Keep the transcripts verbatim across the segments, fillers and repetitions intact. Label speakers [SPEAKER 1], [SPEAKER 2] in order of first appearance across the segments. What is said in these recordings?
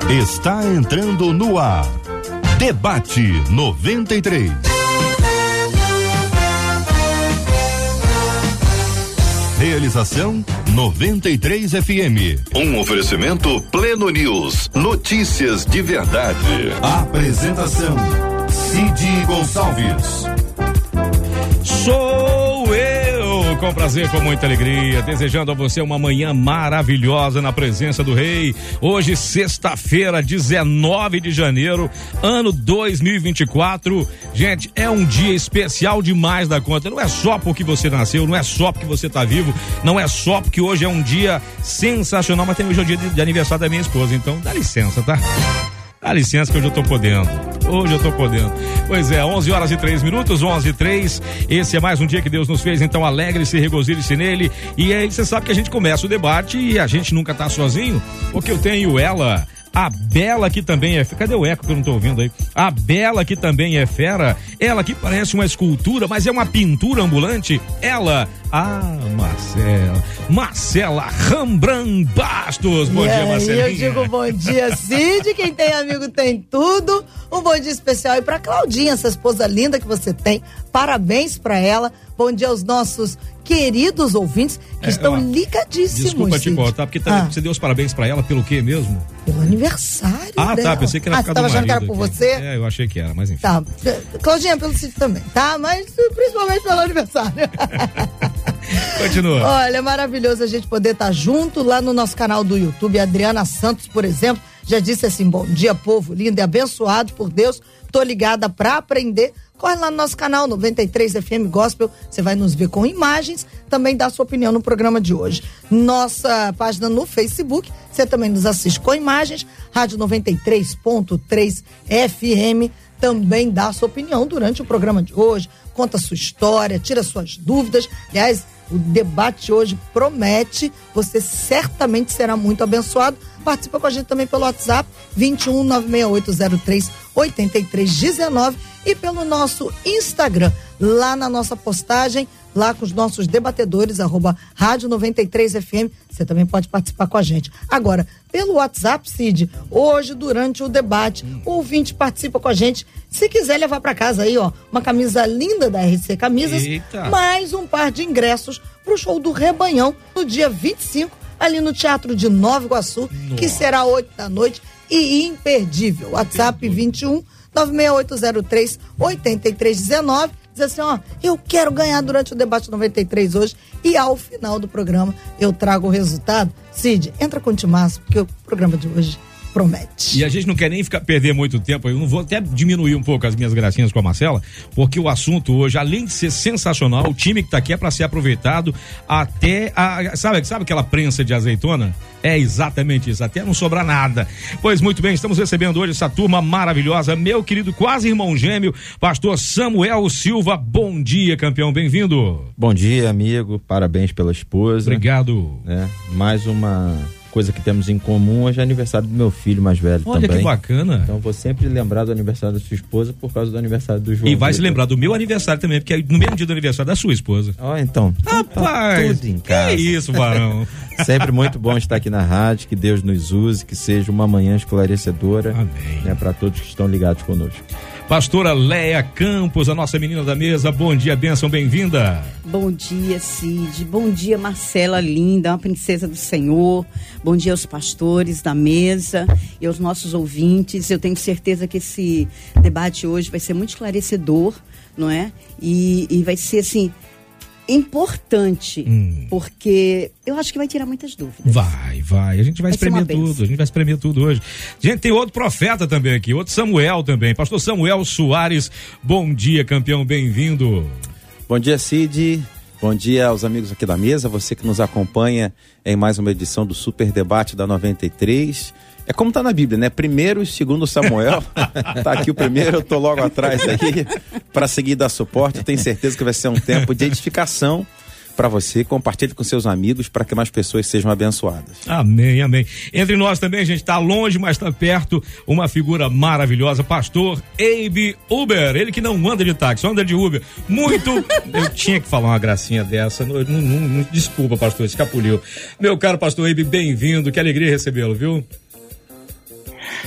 [SPEAKER 1] Está entrando no ar. Debate noventa e três. Realização noventa e três F M. Um oferecimento Pleno News. Notícias de verdade. Apresentação Cid Gonçalves.
[SPEAKER 2] Sou eu, com prazer, com muita alegria, desejando a você uma manhã maravilhosa na presença do Rei. Hoje, sexta-feira, dezenove de janeiro, ano dois mil e vinte e quatro. Gente, é um dia especial demais da conta. Não é só porque você nasceu, não é só porque você tá vivo, não é só porque hoje é um dia sensacional, mas tem hoje é o dia de, de aniversário da minha esposa, então dá licença, tá? Dá licença que hoje eu tô podendo. Hoje eu tô podendo. Pois é, onze horas e três minutos, onze e três. Esse é mais um dia que Deus nos fez, então alegre-se, regozile-se nele. E aí você sabe que a gente começa o debate e a gente nunca tá sozinho, porque eu tenho ela, a Bela, que também é... Cadê o eco que eu não tô ouvindo aí? A Bela, que também é fera. Ela que parece uma escultura, mas é uma pintura ambulante. Ela... Ah, Marcela. Marcela Rembrandt Bastos. Bom
[SPEAKER 3] e
[SPEAKER 2] dia,
[SPEAKER 3] aí,
[SPEAKER 2] Marcelinha.
[SPEAKER 3] eu digo bom dia, Cid. Quem tem amigo tem tudo. Um bom dia especial aí pra Claudinha, essa esposa linda que você tem. Parabéns pra ela. Bom dia aos nossos queridos ouvintes que é, estão ó, ligadíssimos.
[SPEAKER 2] Desculpa te cortar, porque tá, ah. você deu os parabéns pra ela pelo quê mesmo?
[SPEAKER 3] Pelo aniversário
[SPEAKER 2] Ah,
[SPEAKER 3] dela.
[SPEAKER 2] tá, pensei que era
[SPEAKER 3] ah,
[SPEAKER 2] por causa do
[SPEAKER 3] marido. Ah, você tava achando que era por
[SPEAKER 2] aqui.
[SPEAKER 3] você?
[SPEAKER 2] É, eu achei que era, mas enfim.
[SPEAKER 3] Tá, Claudinha, pelo Cid também, tá? Mas principalmente pelo aniversário.
[SPEAKER 2] Continua.
[SPEAKER 3] Olha, é maravilhoso a gente poder estar junto lá no nosso canal do YouTube. A Adriana Santos, por exemplo, já disse assim: bom dia, povo lindo e abençoado por Deus, tô ligada pra aprender. Corre lá no nosso canal noventa e três F M Gospel, você vai nos ver com imagens, também dá sua opinião no programa de hoje. Nossa página no Facebook, você também nos assiste com imagens, Rádio noventa e três ponto três F M, também dá sua opinião durante o programa de hoje, conta sua história, tira suas dúvidas. Aliás, o debate hoje promete, você certamente será muito abençoado. Participa com a gente também pelo WhatsApp vinte e um, nove seis oito zero três, oito três um nove e pelo nosso Instagram, lá na nossa postagem, lá com os nossos debatedores, arroba Rádio noventa e três F M, você também pode participar com a gente. Agora, pelo WhatsApp, Cid, hoje durante o debate, o ouvinte participa com a gente, se quiser levar para casa aí, ó, uma camisa linda da R C Camisas, Eita. mais um par de ingressos pro show do Rebanhão, no dia vinte e cinco, ali no Teatro de Nova Iguaçu, Nossa. que será oito da noite e imperdível. WhatsApp vinte e um, nove seis oito zero três, oito três um nove. Diz assim, ó, eu quero ganhar durante o debate noventa e três hoje e ao final do programa eu trago o resultado. Cid, entra com o Timaço, porque o programa de hoje promete.
[SPEAKER 2] E a gente não quer nem ficar, perder muito tempo, eu não vou até diminuir um pouco as minhas gracinhas com a Marcela, porque o assunto hoje, além de ser sensacional, o time que tá aqui é para ser aproveitado até, a, sabe, sabe aquela prensa de azeitona? É exatamente isso, até não sobrar nada. Pois muito bem, estamos recebendo hoje essa turma maravilhosa, meu querido quase irmão gêmeo, pastor Samuel Silva. Bom dia, campeão, bem-vindo.
[SPEAKER 4] Bom dia, amigo, parabéns pela esposa.
[SPEAKER 2] Obrigado.
[SPEAKER 4] É, mais uma coisa que temos em comum, hoje é aniversário do meu filho mais velho.
[SPEAKER 2] Olha,
[SPEAKER 4] também.
[SPEAKER 2] Que bacana.
[SPEAKER 4] Então vou sempre lembrar do aniversário da sua esposa por causa do aniversário do João.
[SPEAKER 2] E vai se lembrar do meu aniversário também, porque é no mesmo dia do aniversário da sua esposa.
[SPEAKER 4] Ó, oh, então.
[SPEAKER 2] Rapaz,
[SPEAKER 4] tá tudo em casa.
[SPEAKER 2] Que isso, varão.
[SPEAKER 4] Sempre muito bom estar aqui na rádio, que Deus nos use, que seja uma manhã esclarecedora.
[SPEAKER 2] Amém.
[SPEAKER 4] Né, para todos que estão ligados conosco.
[SPEAKER 2] Pastora Léa Campos, a nossa menina da mesa, bom dia, bênção, bem-vinda.
[SPEAKER 5] Bom dia, Cid, bom dia, Marcela linda, uma princesa do Senhor, bom dia aos pastores da mesa e aos nossos ouvintes. Eu tenho certeza que esse debate hoje vai ser muito esclarecedor, não é? E, e vai ser, assim, importante, hum. porque eu acho que vai tirar muitas dúvidas.
[SPEAKER 2] Vai, vai, a gente vai, vai espremer tudo, a gente vai espremer tudo hoje. Gente, tem outro profeta também aqui, outro Samuel também, pastor Samuel Soares, bom dia, campeão, bem-vindo.
[SPEAKER 6] Bom dia, Cid, bom dia aos amigos aqui da mesa, você que nos acompanha em mais uma edição do Super Debate da noventa e três. É como tá na Bíblia, né? Primeiro e segundo Samuel. Tá aqui o primeiro, eu tô logo atrás aí para seguir dar suporte. Eu tenho certeza que vai ser um tempo de edificação para você. Compartilhe com seus amigos para que mais pessoas sejam abençoadas.
[SPEAKER 2] Amém, amém. Entre nós também, a gente tá longe, mas tá perto, uma figura maravilhosa, pastor Abe Uber. Ele que não anda de táxi, só anda de Uber. Muito... Eu tinha que falar uma gracinha dessa. Não, não, não, desculpa, pastor, escapuliu. Meu caro pastor Abe, bem-vindo. Que alegria recebê-lo, viu?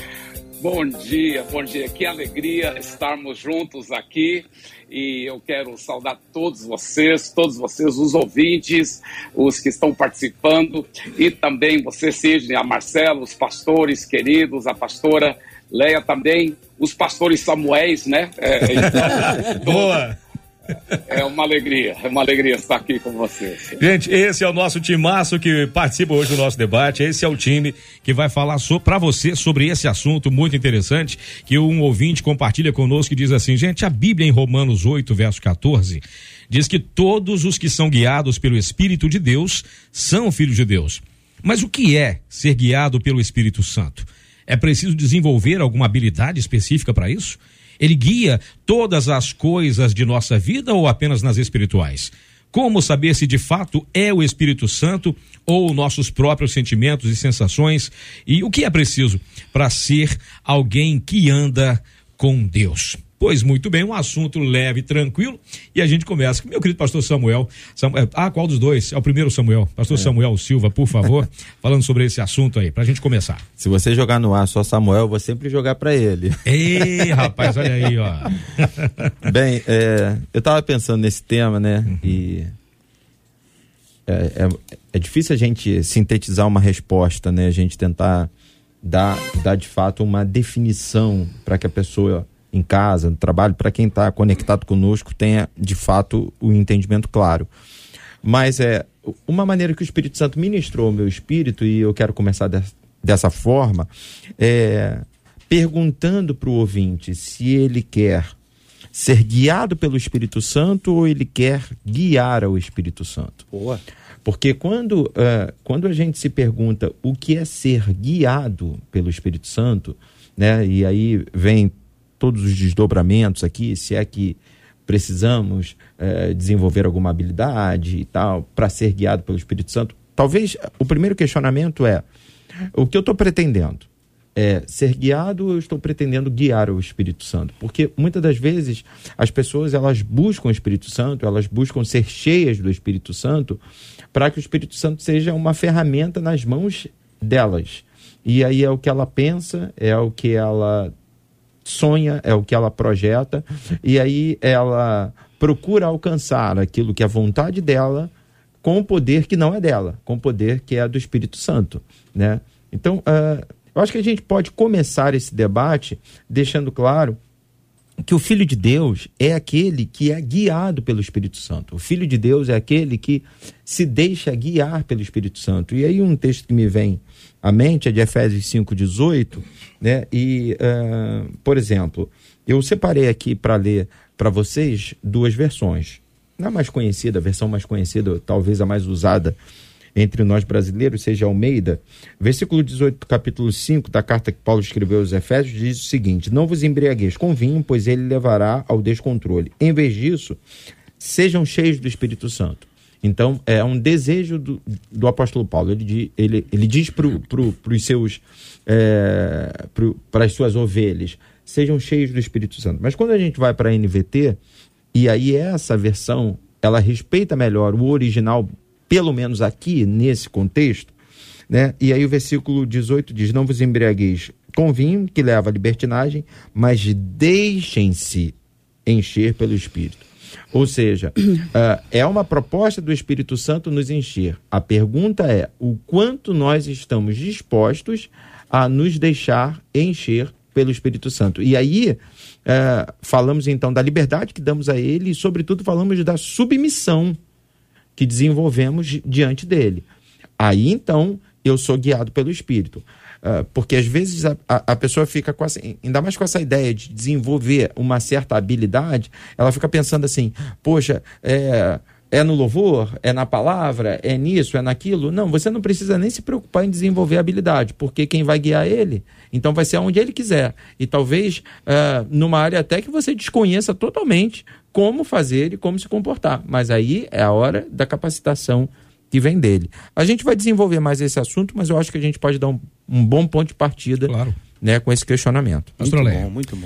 [SPEAKER 7] Bom dia, bom dia. Que alegria estarmos juntos aqui. E eu quero saudar todos vocês, todos vocês, os ouvintes, os que estão participando. E também você, Sidney, a Marcelo, os pastores queridos, a pastora Leia também, os pastores Samuéis, né? É, então,
[SPEAKER 2] Boa!
[SPEAKER 7] É uma alegria, é uma alegria estar aqui com vocês.
[SPEAKER 2] Gente, esse é o nosso timaço que participa hoje do nosso debate. Esse é o time que vai falar so, para você sobre esse assunto muito interessante, que um ouvinte compartilha conosco e diz assim: gente, a Bíblia em Romanos oito, verso quatorze, diz que todos os que são guiados pelo Espírito de Deus são filhos de Deus. Mas o que é ser guiado pelo Espírito Santo? É preciso desenvolver alguma habilidade específica para isso? Ele guia todas as coisas de nossa vida ou apenas nas espirituais? Como saber se de fato é o Espírito Santo ou nossos próprios sentimentos e sensações? E o que é preciso para ser alguém que anda com Deus? Pois muito bem, um assunto leve, tranquilo, e a gente começa com meu querido pastor Samuel. Samuel ah, qual dos dois? É o primeiro Samuel. Pastor é. Samuel Silva, por favor, falando sobre esse assunto aí, pra gente começar.
[SPEAKER 4] Se você jogar no ar só Samuel, eu vou sempre jogar pra ele.
[SPEAKER 2] Ei, rapaz, olha aí, ó.
[SPEAKER 4] Bem, é, eu tava pensando nesse tema, né, uhum. e é, é, é difícil a gente sintetizar uma resposta, né, a gente tentar dar, dar de fato uma definição para que a pessoa em casa, no trabalho, para quem está conectado conosco, tenha de fato o entendimento claro. Mas é uma maneira que o Espírito Santo ministrou ao meu espírito, e eu quero começar de, dessa forma, é, perguntando para o ouvinte se ele quer ser guiado pelo Espírito Santo ou ele quer guiar ao Espírito Santo.
[SPEAKER 6] Boa.
[SPEAKER 4] Porque quando, uh, quando a gente se pergunta o que é ser guiado pelo Espírito Santo, né, e aí vem todos os desdobramentos aqui, se é que precisamos eh, desenvolver alguma habilidade e tal, para ser guiado pelo Espírito Santo. Talvez o primeiro questionamento é: o que eu estou pretendendo? É ser guiado ou eu estou pretendendo guiar o Espírito Santo? Porque muitas das vezes as pessoas, elas buscam o Espírito Santo, elas buscam ser cheias do Espírito Santo para que o Espírito Santo seja uma ferramenta nas mãos delas. E aí é o que ela pensa, é o que ela sonha, é o que ela projeta, e aí ela procura alcançar aquilo que é a vontade dela com o poder que não é dela, com o poder que é do Espírito Santo, né? Então, uh, eu acho que a gente pode começar esse debate deixando claro que o Filho de Deus é aquele que é guiado pelo Espírito Santo. O Filho de Deus é aquele que se deixa guiar pelo Espírito Santo. E aí um texto que me vem à mente é de Efésios cinco, dezoito, né? E, uh, por exemplo, eu separei aqui para ler para vocês duas versões. Na mais conhecida, a versão mais conhecida, talvez a mais usada entre nós brasileiros, seja Almeida. Versículo dezoito do capítulo cinco da carta que Paulo escreveu aos Efésios diz o seguinte: não vos embriagueis com vinho, pois ele levará ao descontrole. Em vez disso, sejam cheios do Espírito Santo. Então, é um desejo do, do apóstolo Paulo. Ele, ele, ele diz para pro, os seus, é, para as suas ovelhas, sejam cheios do Espírito Santo. Mas quando a gente vai para a N V T, e aí essa versão, ela respeita melhor o original, pelo menos aqui, nesse contexto, né? E aí o versículo dezoito diz: não vos embriagueis com vinho, que leva à libertinagem, mas deixem-se encher pelo Espírito. Ou seja, uh, é uma proposta do Espírito Santo nos encher. A pergunta é o quanto nós estamos dispostos a nos deixar encher pelo Espírito Santo. E aí, uh, falamos então da liberdade que damos a ele e, sobretudo, falamos da submissão que desenvolvemos diante dele. Aí, então, eu sou guiado pelo Espírito. Uh, porque, às vezes, a, a pessoa fica com essa, ainda mais com essa ideia de desenvolver uma certa habilidade, ela fica pensando assim, poxa, é, é no louvor, é na palavra, é nisso, é naquilo. Não, você não precisa nem se preocupar em desenvolver a habilidade, porque quem vai guiar ele, então vai ser onde ele quiser. E talvez uh, numa área até que você desconheça totalmente como fazer e como se comportar. Mas aí é a hora da capacitação que vem dele. A gente vai desenvolver mais esse assunto, mas eu acho que a gente pode dar um, um bom ponto de partida, claro, né, com esse questionamento.
[SPEAKER 2] Muito
[SPEAKER 6] muito
[SPEAKER 2] bom,
[SPEAKER 6] muito bom.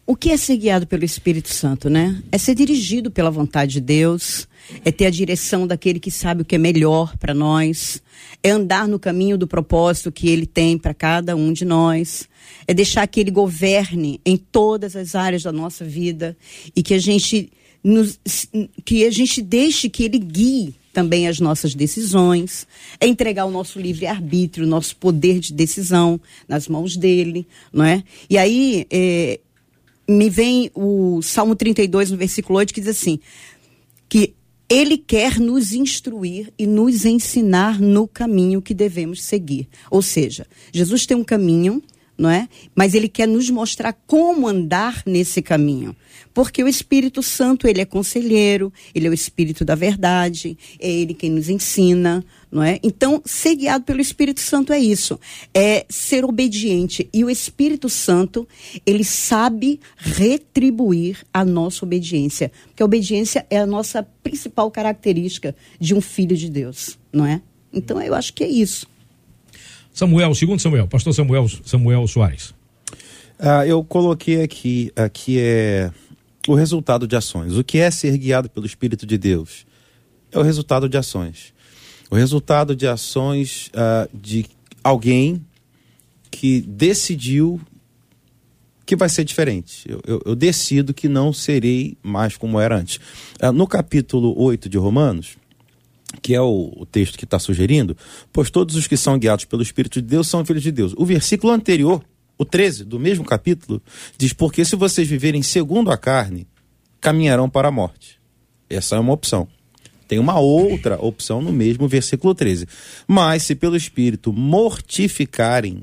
[SPEAKER 5] O que é ser guiado pelo Espírito Santo, né? É ser dirigido pela vontade de Deus, é ter a direção daquele que sabe o que é melhor para nós, é andar no caminho do propósito que Ele tem para cada um de nós, é deixar que Ele governe em todas as áreas da nossa vida e que a gente, nos, que a gente deixe que Ele guie também as nossas decisões, é entregar o nosso livre-arbítrio, o nosso poder de decisão nas mãos dele, não é? E aí, é, me vem o Salmo trinta e dois, no versículo oito, que diz assim, que Ele quer nos instruir e nos ensinar no caminho que devemos seguir. Ou seja, Jesus tem um caminho, não é? Mas Ele quer nos mostrar como andar nesse caminho. Porque o Espírito Santo, Ele é conselheiro, Ele é o Espírito da verdade, é Ele quem nos ensina, não é? Então, ser guiado pelo Espírito Santo é isso, é ser obediente. E o Espírito Santo, Ele sabe retribuir a nossa obediência. Porque a obediência é a nossa principal característica de um filho de Deus, não é? Então, eu acho que é isso.
[SPEAKER 2] Samuel, segundo Samuel, pastor Samuel, Samuel Soares.
[SPEAKER 6] Ah, eu coloquei aqui, aqui é o resultado de ações. O que é ser guiado pelo Espírito de Deus? É o resultado de ações. O resultado de ações ah, de alguém que decidiu que vai ser diferente. Eu, eu, eu decido que não serei mais como era antes. Ah, no capítulo oito de Romanos, que é o, o texto que está sugerindo, pois todos os que são guiados pelo Espírito de Deus são filhos de Deus. O versículo anterior, o treze, do mesmo capítulo, diz, porque se vocês viverem segundo a carne, caminharão para a morte. Essa é uma opção. Tem uma outra opção no mesmo versículo treze. Mas se pelo Espírito mortificarem,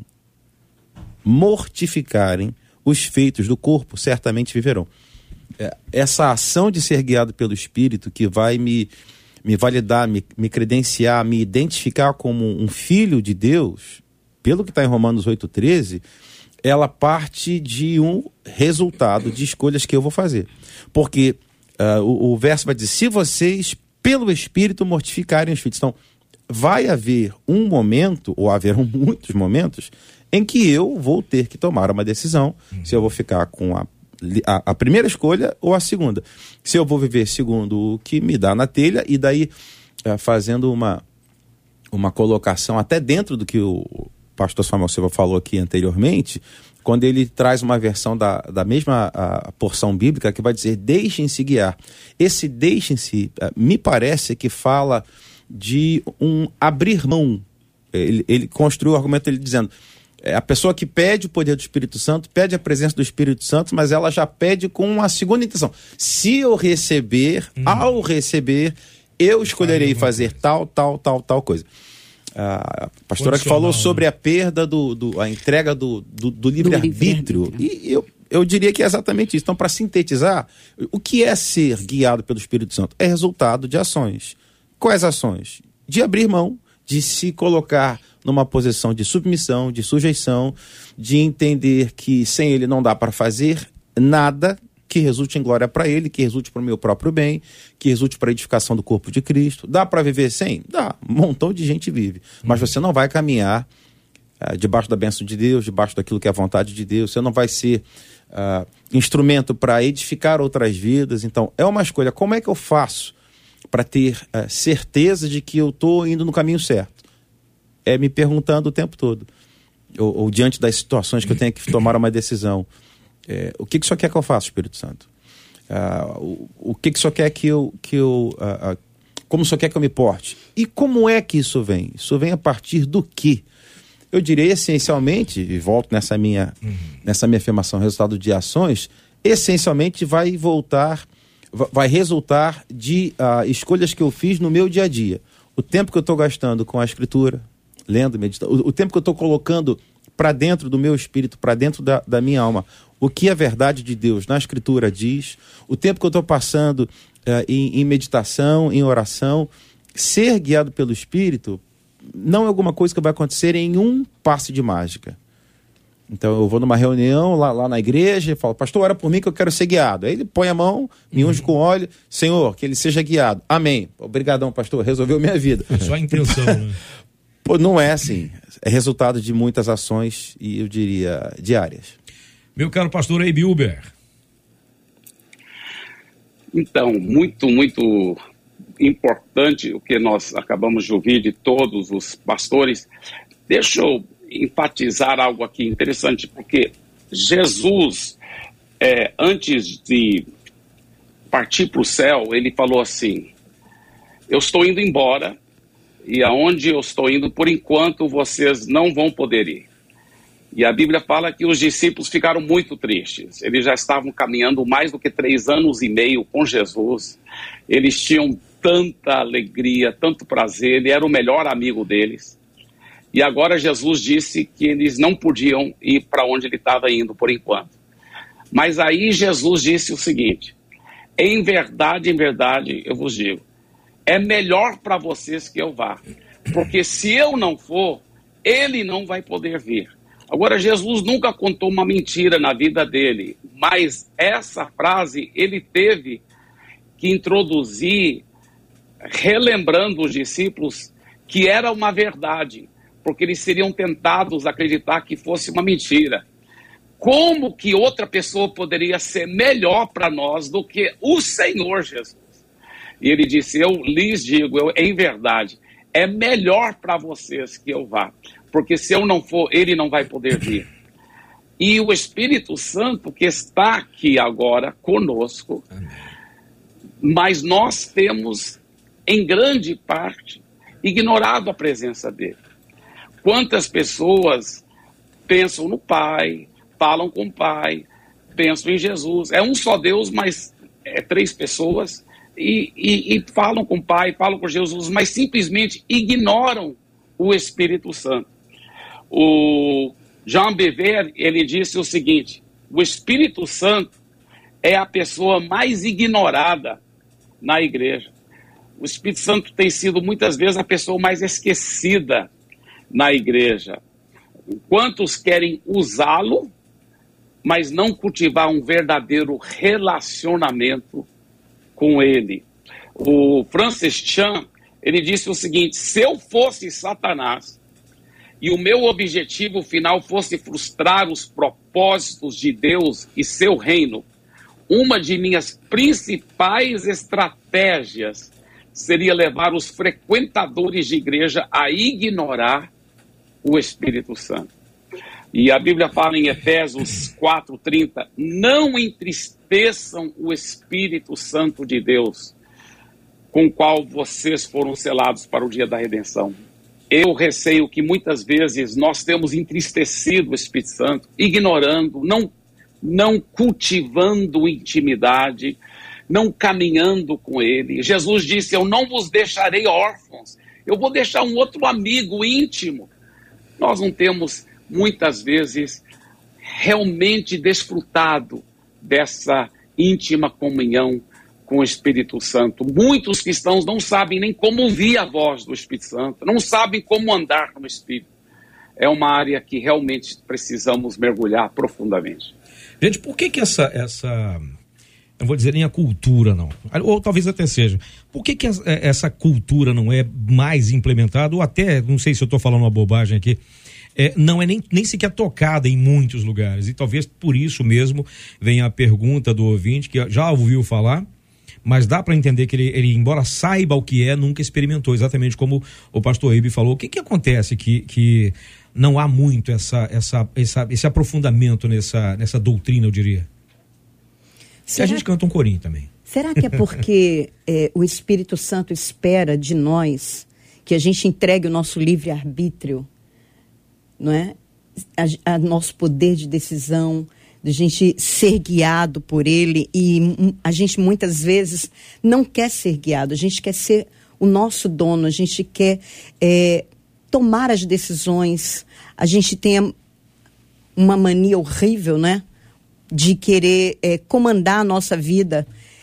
[SPEAKER 6] mortificarem os feitos do corpo, certamente viverão. Essa ação de ser guiado pelo Espírito que vai me... me validar, me, me credenciar, me identificar como um filho de Deus, pelo que está em Romanos oito, treze, ela parte de um resultado de escolhas que eu vou fazer. Porque uh, o, o verso vai dizer, se vocês, pelo Espírito, mortificarem os filhos. Então, vai haver um momento, ou haverão muitos momentos, em que eu vou ter que tomar uma decisão, uhum. se eu vou ficar com a A, a primeira escolha ou a segunda. Se eu vou viver segundo o que me dá na telha, e daí é, fazendo uma, uma colocação até dentro do que o pastor Samuel Silva falou aqui anteriormente, quando ele traz uma versão da, da mesma a, a porção bíblica que vai dizer deixem-se guiar. Esse deixem-se, me parece que fala de um abrir mão. Ele, ele construiu o argumento ele dizendo, é a pessoa que pede o poder do Espírito Santo, pede a presença do Espírito Santo, mas ela já pede com uma segunda intenção. Se eu receber, hum. ao receber, eu escolherei fazer tal, tal, tal, tal coisa. A pastora que falou sobre a perda, do, do, a entrega do, do, do livre-arbítrio. E eu, eu diria que é exatamente isso. Então, para sintetizar, o que é ser guiado pelo Espírito Santo? É resultado de ações. Quais ações? De abrir mão, de se colocar numa posição de submissão, de sujeição, de entender que sem ele não dá para fazer nada que resulte em glória para ele, que resulte para o meu próprio bem, que resulte para a edificação do corpo de Cristo. Dá para viver sem? Dá. Um montão de gente vive. Mas você não vai caminhar uh, debaixo da bênção de Deus, debaixo daquilo que é a vontade de Deus. Você não vai ser uh, instrumento para edificar outras vidas. Então, é uma escolha. Como é que eu faço para ter uh, certeza de que eu estou indo no caminho certo? É me perguntando o tempo todo. Ou, ou diante das situações que eu tenho que tomar uma decisão. É, o que, que o Senhor quer que eu faça, Espírito Santo? Uh, o, o que, que o Senhor quer que eu... Que eu uh, uh, como o Senhor quer que eu me porte? E como é que isso vem? Isso vem a partir do quê? Eu diria essencialmente, e volto nessa minha, uhum. nessa minha afirmação, resultado de ações, essencialmente vai voltar, vai resultar de uh, escolhas que eu fiz no meu dia a dia. O tempo que eu estou gastando com a Escritura, lendo, meditando, o, o tempo que eu estou colocando para dentro do meu espírito, para dentro da, da minha alma, o que a verdade de Deus na Escritura diz, o tempo que eu estou passando uh, em, em meditação, em oração, ser guiado pelo Espírito não é alguma coisa que vai acontecer em um passe de mágica. Então eu vou numa reunião lá, lá na igreja e falo, pastor, ora por mim que eu quero ser guiado. Aí ele põe a mão, me unge com óleo, Senhor, que ele seja guiado. Amém. Obrigadão, pastor, resolveu minha vida.
[SPEAKER 2] Só a intenção, né?
[SPEAKER 6] Pô, não é assim. É resultado de muitas ações e eu diria diárias.
[SPEAKER 2] Meu caro pastor Eibe Uber.
[SPEAKER 7] Então, muito, muito importante o que nós acabamos de ouvir de todos os pastores. Deixa eu enfatizar algo aqui interessante, porque Jesus, é, antes de partir para o céu, ele falou assim: eu estou indo embora, e aonde eu estou indo, por enquanto, vocês não vão poder ir. E a Bíblia fala que os discípulos ficaram muito tristes. Eles já estavam caminhando mais do que três anos e meio com Jesus. Eles tinham tanta alegria, tanto prazer, ele era o melhor amigo deles. E agora Jesus disse que eles não podiam ir para onde ele estava indo por enquanto. Mas aí Jesus disse o seguinte: em verdade, em verdade, eu vos digo, é melhor para vocês que eu vá, porque se eu não for, ele não vai poder vir. Agora, Jesus nunca contou uma mentira na vida dele, mas essa frase ele teve que introduzir, relembrando os discípulos que era uma verdade, porque eles seriam tentados a acreditar que fosse uma mentira. Como que outra pessoa poderia ser melhor para nós do que o Senhor Jesus? E ele disse: eu lhes digo, eu, em verdade, é melhor para vocês que eu vá, porque se eu não for, ele não vai poder vir. E o Espírito Santo que está aqui agora conosco, mas nós temos, em grande parte, ignorado a presença dele. Quantas pessoas pensam no Pai, falam com o Pai, pensam em Jesus. É um só Deus, mas é três pessoas, e, e, e falam com o Pai, falam com Jesus, mas simplesmente ignoram o Espírito Santo. O Jean Bever, ele disse o seguinte: o Espírito Santo é a pessoa mais ignorada na igreja. O Espírito Santo tem sido muitas vezes a pessoa mais esquecida na igreja. Quantos querem usá-lo, mas não cultivar um verdadeiro relacionamento com ele. O Francis Chan, ele disse o seguinte: se eu fosse Satanás e o meu objetivo final fosse frustrar os propósitos de Deus e seu reino, uma de minhas principais estratégias seria levar os frequentadores de igreja a ignorar o Espírito Santo. E a Bíblia fala em Efésios quatro, trinta, não entristeçam o Espírito Santo de Deus, com o qual vocês foram selados para o dia da redenção. Eu receio que muitas vezes nós temos entristecido o Espírito Santo, ignorando, não, não cultivando intimidade, não caminhando com ele. Jesus disse: eu não vos deixarei órfãos, eu vou deixar um outro amigo íntimo. Nós não temos, muitas vezes, realmente desfrutado dessa íntima comunhão com o Espírito Santo. Muitos cristãos não sabem nem como ouvir a voz do Espírito Santo, não sabem como andar no Espírito. É uma área que realmente precisamos mergulhar profundamente.
[SPEAKER 2] Gente, por que que essa, essa não vou dizer nem a cultura não, ou talvez até seja, por que que essa cultura não é mais implementada, ou até, não sei se eu estou falando uma bobagem aqui, É, não é nem, nem sequer tocada em muitos lugares, e talvez por isso mesmo venha a pergunta do ouvinte, que já ouviu falar, mas dá para entender que ele, ele, embora saiba o que é, nunca experimentou, exatamente como o pastor Ibe falou. O que que acontece que, que não há muito essa, essa, essa, esse aprofundamento nessa, nessa doutrina, eu diria? Se a gente canta um corinho também.
[SPEAKER 5] Será que é porque é, o Espírito Santo espera de nós que a gente entregue o nosso livre-arbítrio, não é? A, a nosso poder de decisão, de a gente ser guiado por ele, e a gente muitas vezes não quer ser guiado, a gente quer ser o nosso dono, a gente quer é, tomar as decisões, a gente tem uma mania horrível, né? De querer é, comandar a nossa vida,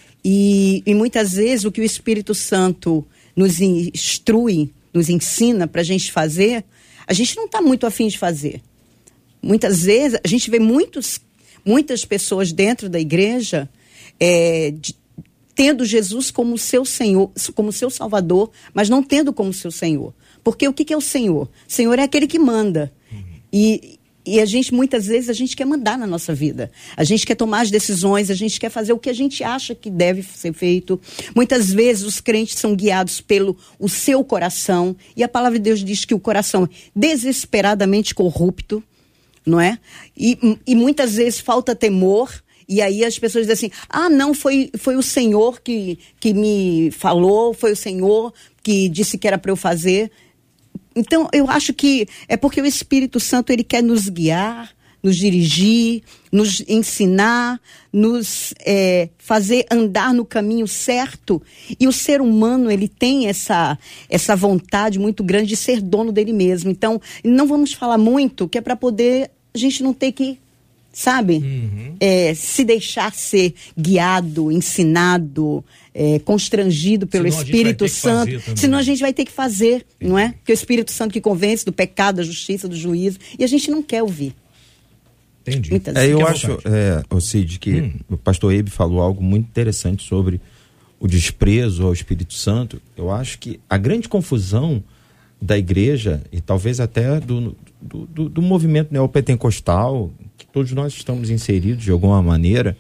[SPEAKER 5] e, e muitas vezes o que o Espírito Santo nos instrui, nos ensina para a gente fazer, a gente não está muito afim de fazer. Muitas vezes, a gente vê muitos, muitas pessoas dentro da igreja é, de, tendo Jesus como seu Senhor, como seu Salvador, mas não tendo como seu Senhor. Porque o que, que é o Senhor? O Senhor é aquele que manda. Uhum. E E a gente, muitas vezes, a gente quer mandar na nossa vida. A gente quer tomar as decisões, a gente quer fazer o que a gente acha que deve ser feito. Muitas vezes os crentes são guiados pelo o seu coração. E a palavra de Deus diz que o coração é desesperadamente corrupto, não é? E, e muitas vezes falta temor. E aí as pessoas dizem assim, ah, não, foi, foi o Senhor que, que me falou, foi o Senhor que disse que era para eu fazer. Então, eu acho que é porque o Espírito Santo, ele quer nos guiar, nos dirigir, nos ensinar, nos é, fazer andar no caminho certo. E o ser humano, ele tem essa, essa vontade muito grande de ser dono dele mesmo. Então, não vamos falar muito, que é para poder a gente não ter que, sabe, uhum. é, se deixar ser guiado, ensinado, é, constrangido pelo senão Espírito Santo, senão a gente vai ter que fazer, Entendi. Não é? Porque o Espírito Santo que convence do pecado, da justiça, do juízo, e a gente não quer ouvir.
[SPEAKER 2] Entendi.
[SPEAKER 4] É, eu acho, é, o Cid, que hum. o pastor Ebe falou algo muito interessante sobre o desprezo ao Espírito Santo. Eu acho que a grande confusão da igreja, e talvez até do, do, do, do movimento neopentecostal, que todos nós estamos inseridos de alguma maneira,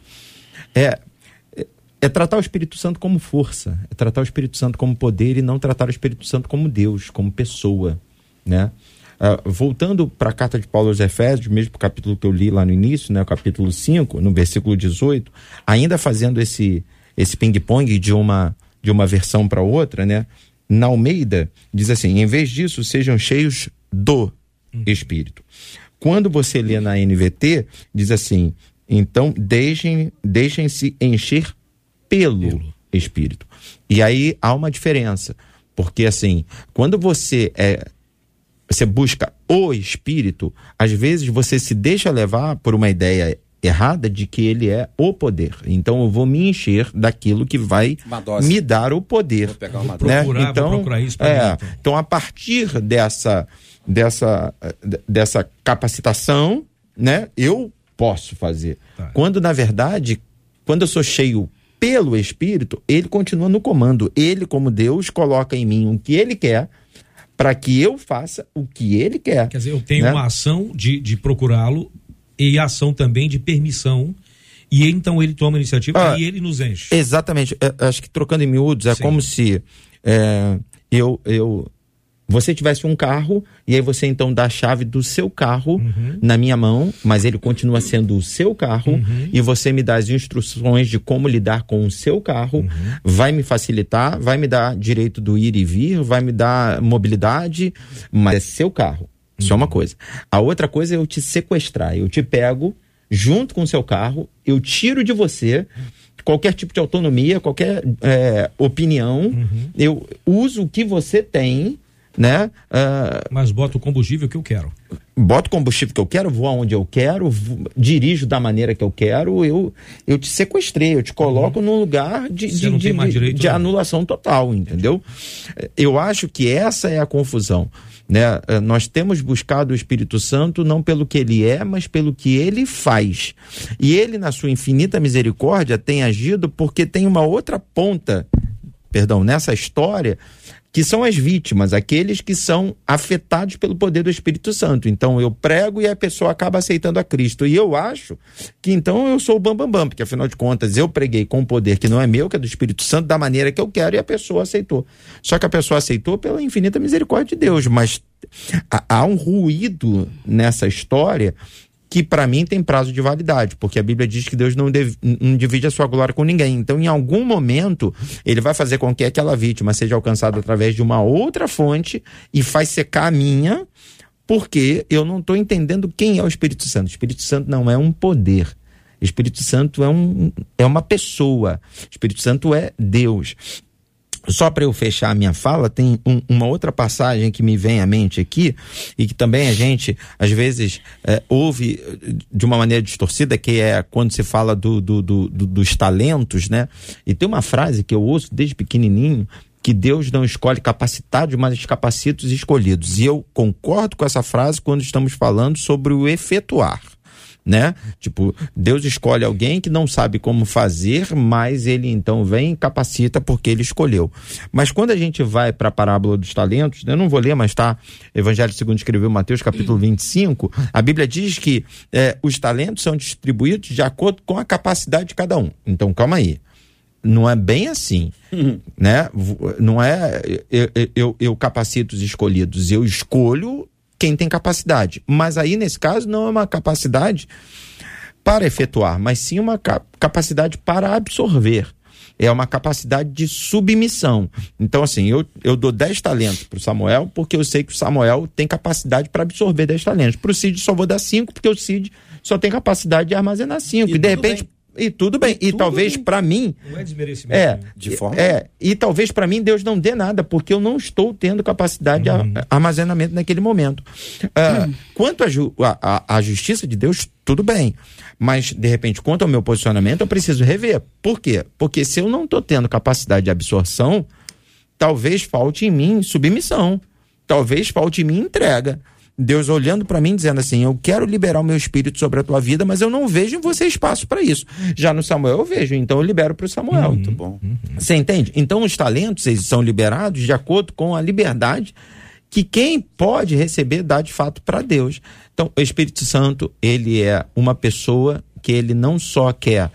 [SPEAKER 4] é, é, é tratar o Espírito Santo como força, é tratar o Espírito Santo como poder e não tratar o Espírito Santo como Deus, como pessoa, né? Uh, voltando para a carta de Paulo aos Efésios, mesmo o capítulo que eu li lá no início, né, o capítulo cinco, no versículo dezoito, ainda fazendo esse, esse ping-pong de uma, de uma versão para outra, né? Na Almeida, diz assim, em vez disso, sejam cheios do Espírito. Quando você lê na N V T, diz assim, então deixem, deixem-se encher pelo, pelo Espírito. E aí há uma diferença, porque assim, quando você é, você busca o Espírito, às vezes você se deixa levar por uma ideia errada de que ele é o poder. Então eu vou me encher daquilo que vai me dar o poder. Vou pegar uma né? procurar, então, vou procurar isso pra é, mim, então. então, a partir dessa, dessa, dessa capacitação, né, eu posso fazer. Tá. Quando, na verdade, quando eu sou cheio pelo Espírito, ele continua no comando. Ele, como Deus, coloca em mim o que ele quer para que eu faça o que ele quer.
[SPEAKER 2] Quer dizer, eu tenho né? uma ação de, de procurá-lo e ação também de permissão, e então ele toma a iniciativa ah, e ele nos enche.
[SPEAKER 4] Exatamente, é, acho que trocando em miúdos, é Sim. como se é, eu, eu, você tivesse um carro, e aí você então dá a chave do seu carro uhum. na minha mão, mas ele continua sendo o seu carro, uhum. e você me dá as instruções de como lidar com o seu carro, uhum. vai me facilitar, vai me dar direito do ir e vir, vai me dar mobilidade, mas é seu carro. Isso uhum. é uma coisa. A outra coisa é eu te sequestrar. Eu te pego junto com o seu carro, eu tiro de você qualquer tipo de autonomia, qualquer é, opinião, uhum. eu uso o que você tem, né? Uh,
[SPEAKER 2] Mas boto o combustível que eu quero.
[SPEAKER 4] Boto o combustível que eu quero, vou aonde eu quero, vou, dirijo da maneira que eu quero, eu, eu te sequestrei, eu te coloco uhum. num lugar de, de, de, de, de anulação total, entendeu? Eu acho que essa é a confusão. Né? Nós temos buscado o Espírito Santo não pelo que ele é, mas pelo que ele faz. E ele, na sua infinita misericórdia, tem agido porque tem uma outra ponta, perdão, nessa história, que são as vítimas, aqueles que são afetados pelo poder do Espírito Santo. Então eu prego e a pessoa acaba aceitando a Cristo. E eu acho que então eu sou o bambambam, bam, bam, porque afinal de contas eu preguei com um poder que não é meu, que é do Espírito Santo, da maneira que eu quero, e a pessoa aceitou. Só que a pessoa aceitou pela infinita misericórdia de Deus, mas há um ruído nessa história que para mim tem prazo de validade, porque a Bíblia diz que Deus não, deve, não divide a sua glória com ninguém. Então, em algum momento, ele vai fazer com que aquela vítima seja alcançada através de uma outra fonte e faz secar a minha, porque eu não estou entendendo quem é o Espírito Santo. O Espírito Santo não é um poder. O Espírito Santo é, um, é uma pessoa. O Espírito Santo é Deus. Só para eu fechar a minha fala, tem um, uma outra passagem que me vem à mente aqui, e que também a gente, às vezes, é, ouve de uma maneira distorcida, que é quando se fala do, do, do, do, dos talentos, né? E tem uma frase que eu ouço desde pequenininho, que Deus não escolhe capacitados, mas capacita os escolhidos. E eu concordo com essa frase quando estamos falando sobre o efetuar. né? Tipo, Deus escolhe alguém que não sabe como fazer, mas ele então vem e capacita porque ele escolheu. Mas quando a gente vai para a parábola dos talentos, eu não vou ler, mas tá, Evangelho segundo escreveu Mateus, capítulo vinte e cinco, a Bíblia diz que é, os talentos são distribuídos de acordo com a capacidade de cada um. Então, calma aí. Não é bem assim, uhum. né? Não é, eu, eu, eu capacito os escolhidos, eu escolho quem tem capacidade. Mas aí, nesse caso, não é uma capacidade para efetuar, mas sim uma capacidade para absorver. É uma capacidade de submissão. Então, assim, eu, eu dou dez talentos para o Samuel, porque eu sei que o Samuel tem capacidade para absorver dez talentos. Para o Cid só vou dar cinco, porque o Cid só tem capacidade de armazenar cinco. E, e de repente... Bem. E tudo bem, e, e tudo talvez para mim...
[SPEAKER 2] Não é desmerecimento.
[SPEAKER 4] É,
[SPEAKER 6] de forma...
[SPEAKER 4] é, e talvez para mim Deus não dê nada, porque eu não estou tendo capacidade uhum. de armazenamento naquele momento. Uh, uhum. Quanto à ju a, a, a justiça de Deus, tudo bem. Mas, de repente, quanto ao meu posicionamento, eu preciso rever. Por quê? Porque se eu não estou tendo capacidade de absorção, talvez falte em mim submissão. Talvez falte em mim entrega. Deus olhando para mim dizendo assim, eu quero liberar o meu espírito sobre a tua vida, mas eu não vejo em você espaço para isso. Já no Samuel eu vejo, então eu libero para o Samuel.
[SPEAKER 6] Muito bom.
[SPEAKER 4] Você entende? Então os talentos, eles são liberados de acordo com a liberdade que quem pode receber dá de fato para Deus. Então o Espírito Santo, ele é uma pessoa que ele não só quer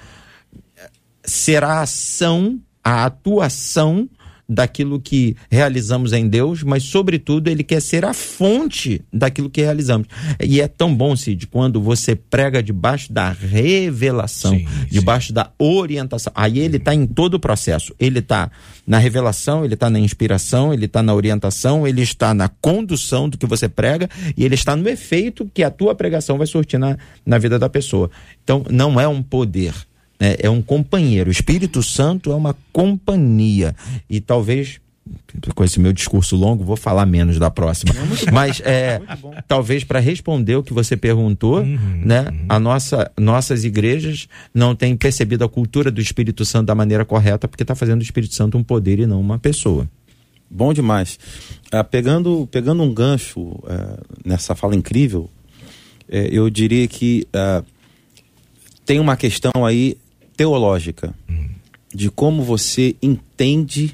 [SPEAKER 4] ser a ação, a atuação daquilo que realizamos em Deus, mas sobretudo ele quer ser a fonte daquilo que realizamos. E é tão bom, Cid, quando você prega debaixo da revelação, sim, debaixo sim. da orientação. Aí ele está em todo o processo. Ele está na revelação, ele está na inspiração, ele está na orientação, ele está na condução do que você prega e ele está no efeito que a tua pregação vai surtir na, na vida da pessoa. Então, não é um poder. É, é um companheiro. O Espírito Santo é uma companhia. E talvez, com esse meu discurso longo, vou falar menos da próxima. É Mas é, é talvez para responder o que você perguntou, uhum, né? Uhum. A nossa, nossas igrejas não têm percebido a cultura do Espírito Santo da maneira correta, porque está fazendo do Espírito Santo um poder e não uma pessoa.
[SPEAKER 6] Bom demais. Ah, pegando, pegando um gancho ah, nessa fala incrível, eh, eu diria que ah, tem uma questão aí teológica, hum. de como você entende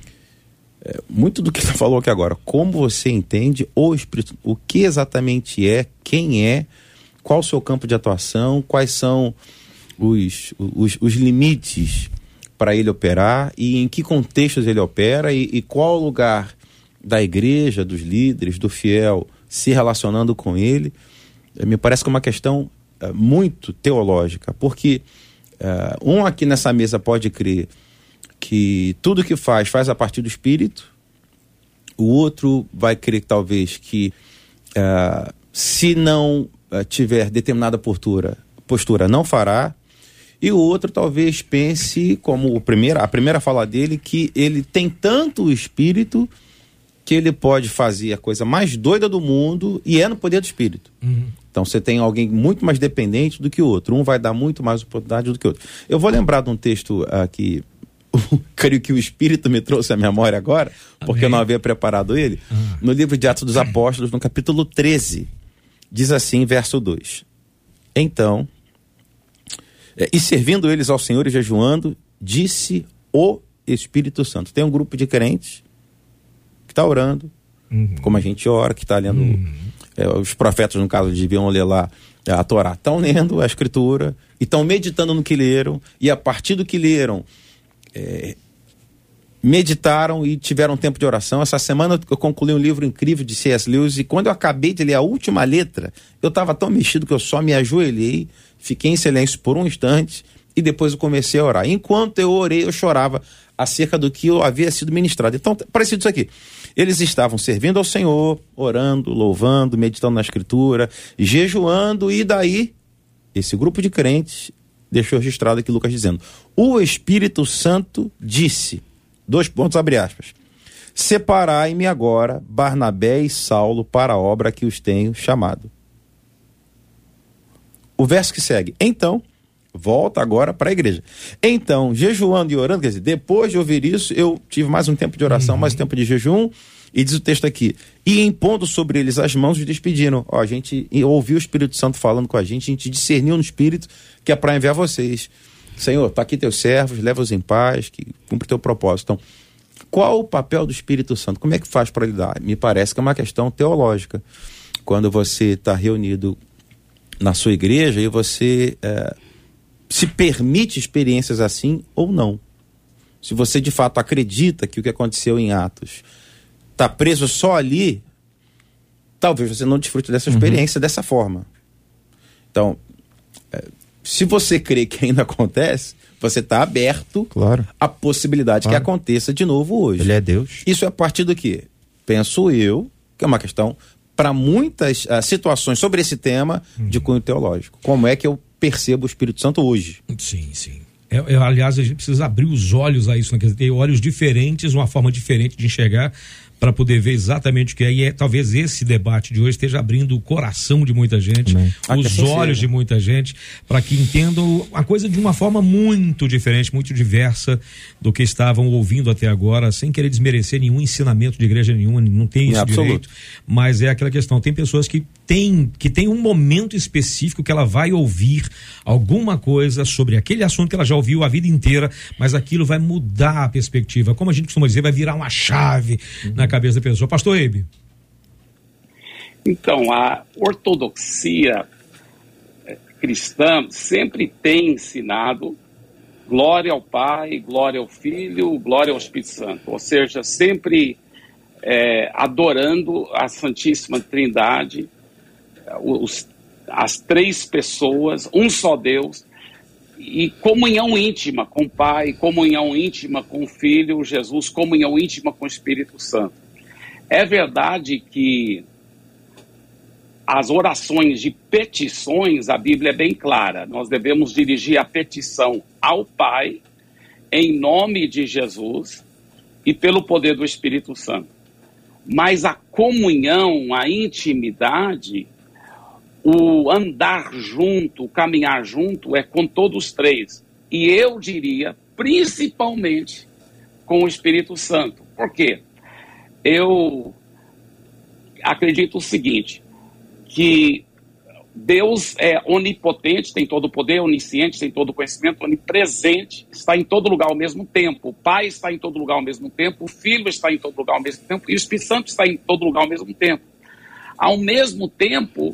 [SPEAKER 6] é, muito do que você falou aqui agora, como você entende o Espírito, o que exatamente é, quem é, qual o seu campo de atuação, quais são os, os, os limites para ele operar e em que contextos ele opera e, e qual o lugar da igreja, dos líderes, do fiel se relacionando com ele. É, me parece que é uma questão é, muito teológica, porque Uh, um aqui nessa mesa pode crer que tudo que faz, faz a partir do Espírito. O outro vai crer talvez que uh, se não uh, tiver determinada postura, postura não fará. E o outro talvez pense, como o primeiro, a primeira fala dele, que ele tem tanto o Espírito que ele pode fazer a coisa mais doida do mundo e é no poder do Espírito. Uhum. Então você tem alguém muito mais dependente do que o outro. Um vai dar muito mais oportunidade do que o outro. Eu vou lembrar de um texto uh, que creio que o Espírito me trouxe à memória agora, porque Amém. Eu não havia preparado ele. Uhum. No livro de Atos dos Apóstolos, no capítulo treze, diz assim, verso dois. Então, é, e servindo eles ao Senhor e jejuando, disse o Espírito Santo. Tem um grupo de crentes que está orando, uhum. como a gente ora, que está lendo... Uhum. É, os profetas, no caso, deviam ler lá a Torá. Estão lendo a Escritura e estão meditando no que leram. E a partir do que leram, é, meditaram e tiveram tempo de oração. Essa semana eu concluí um livro incrível de C S Lewis. E quando eu acabei de ler a última letra, eu estava tão mexido que eu só me ajoelhei, fiquei em silêncio por um instante e depois eu comecei a orar. Enquanto eu orei, eu chorava acerca do que eu havia sido ministrado. Então, parecido isso aqui. Eles estavam servindo ao Senhor, orando, louvando, meditando na Escritura, jejuando, e daí, esse grupo de crentes deixou registrado aqui Lucas dizendo, o Espírito Santo disse, dois pontos, abre aspas, separai-me agora Barnabé e Saulo para a obra que os tenho chamado. O verso que segue, então, volta agora para a igreja. Então, jejuando e orando, quer dizer, depois de ouvir isso, eu tive mais um tempo de oração, uhum. mais um tempo de jejum, e diz o texto aqui, e impondo sobre eles as mãos, os despediram. Ó, a gente ouviu o Espírito Santo falando com a gente, a gente discerniu no Espírito que é para enviar vocês. Senhor, tá aqui teus servos, leva-os em paz, que cumpre teu propósito. Então, qual o papel do Espírito Santo? Como é que faz para lidar? Me parece que é uma questão teológica. Quando você está reunido na sua igreja e você é, se permite experiências assim ou não. Se você de fato acredita que o que aconteceu em Atos está preso só ali, talvez você não desfrute dessa experiência uhum. dessa forma. Então, é, se você crê que ainda acontece, você está aberto
[SPEAKER 4] claro. à
[SPEAKER 6] possibilidade claro. que aconteça de novo hoje.
[SPEAKER 4] Ele é Deus.
[SPEAKER 6] Isso é a partir do quê? Penso eu, que é uma questão para muitas uh, situações sobre esse tema uhum. de cunho teológico. Como é que eu percebo o Espírito Santo hoje?
[SPEAKER 2] Sim, sim. É, é, aliás, a gente precisa abrir os olhos a isso, né? Ter olhos diferentes, uma forma diferente de enxergar, para poder ver exatamente o que é. E é, talvez esse debate de hoje esteja abrindo o coração de muita gente, Amém. os olhos de muita gente, para que entendam a coisa de uma forma muito diferente, muito diversa do que estavam ouvindo até agora, sem querer desmerecer nenhum ensinamento de igreja nenhuma, não tem esse é direito, mas é aquela questão, tem pessoas que têm que tem um momento específico que ela vai ouvir alguma coisa sobre aquele assunto que ela já ouviu a vida inteira, mas aquilo vai mudar a perspectiva, como a gente costuma dizer, vai virar uma chave uhum. na cabeça da pessoa. Pastor Eibe.
[SPEAKER 7] Então, a ortodoxia cristã sempre tem ensinado glória ao Pai, glória ao Filho, glória ao Espírito Santo, ou seja, sempre é, adorando a Santíssima Trindade, os, as três pessoas, um só Deus, e comunhão íntima com o Pai, comunhão íntima com o Filho, Jesus, comunhão íntima com o Espírito Santo. É verdade que as orações de petições, a Bíblia é bem clara, nós devemos dirigir a petição ao Pai, em nome de Jesus e pelo poder do Espírito Santo. Mas a comunhão, a intimidade, o andar junto, o caminhar junto é com todos os três. E eu diria, principalmente, com o Espírito Santo. Por quê? Eu acredito o seguinte, que Deus é onipotente, tem todo o poder, onisciente, tem todo o conhecimento, onipresente, está em todo lugar ao mesmo tempo. O Pai está em todo lugar ao mesmo tempo, o Filho está em todo lugar ao mesmo tempo e o Espírito Santo está em todo lugar ao mesmo tempo. Ao mesmo tempo,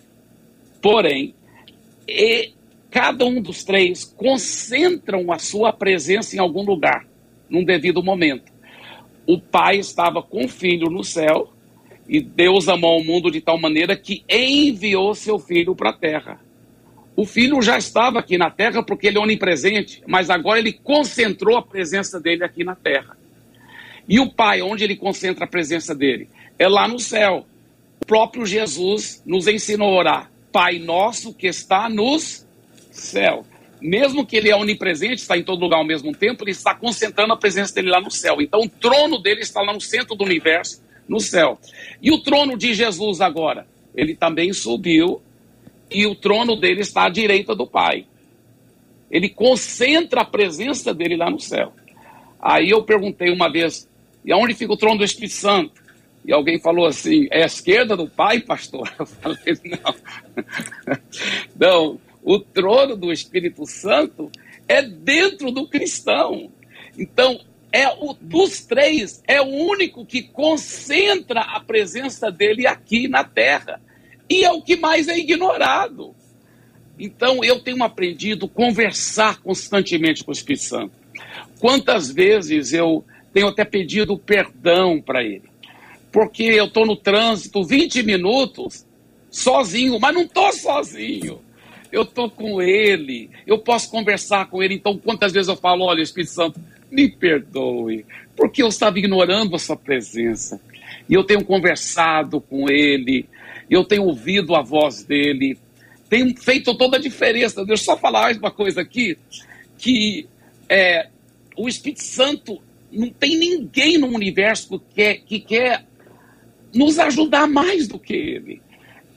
[SPEAKER 7] porém, e cada um dos três concentram a sua presença em algum lugar, num devido momento. O Pai estava com o Filho no céu, e Deus amou o mundo de tal maneira que enviou seu Filho para a terra. O Filho já estava aqui na terra porque ele é onipresente, mas agora ele concentrou a presença dele aqui na terra. E o Pai, onde ele concentra a presença dele? É lá no céu. O próprio Jesus nos ensinou a orar. Pai nosso que está nos céus. Mesmo que ele é onipresente, está em todo lugar ao mesmo tempo, ele está concentrando a presença dele lá no céu. Então o trono dele está lá no centro do universo, no céu. E o trono de Jesus agora? Ele também subiu e o trono dele está à direita do Pai. Ele concentra a presença dele lá no céu. Aí eu perguntei uma vez, e aonde fica o trono do Espírito Santo? E alguém falou assim, é à esquerda do Pai, pastor? Eu falei, não. Não, o trono do Espírito Santo é dentro do cristão. Então, é o dos três, é o único que concentra a presença dele aqui na terra. E é o que mais é ignorado. Então, eu tenho aprendido a conversar constantemente com o Espírito Santo. Quantas vezes eu tenho até pedido perdão para ele. Porque eu estou no trânsito vinte minutos sozinho, mas não estou sozinho. Eu estou com ele, eu posso conversar com ele. Então, quantas vezes eu falo, olha, Espírito Santo, me perdoe, porque eu estava ignorando a sua presença. E eu tenho conversado com ele, eu tenho ouvido a voz dele, tem feito toda a diferença. Deixa eu só falar mais uma coisa aqui, que é, o Espírito Santo, não tem ninguém no universo que quer, que quer nos ajudar mais do que ele.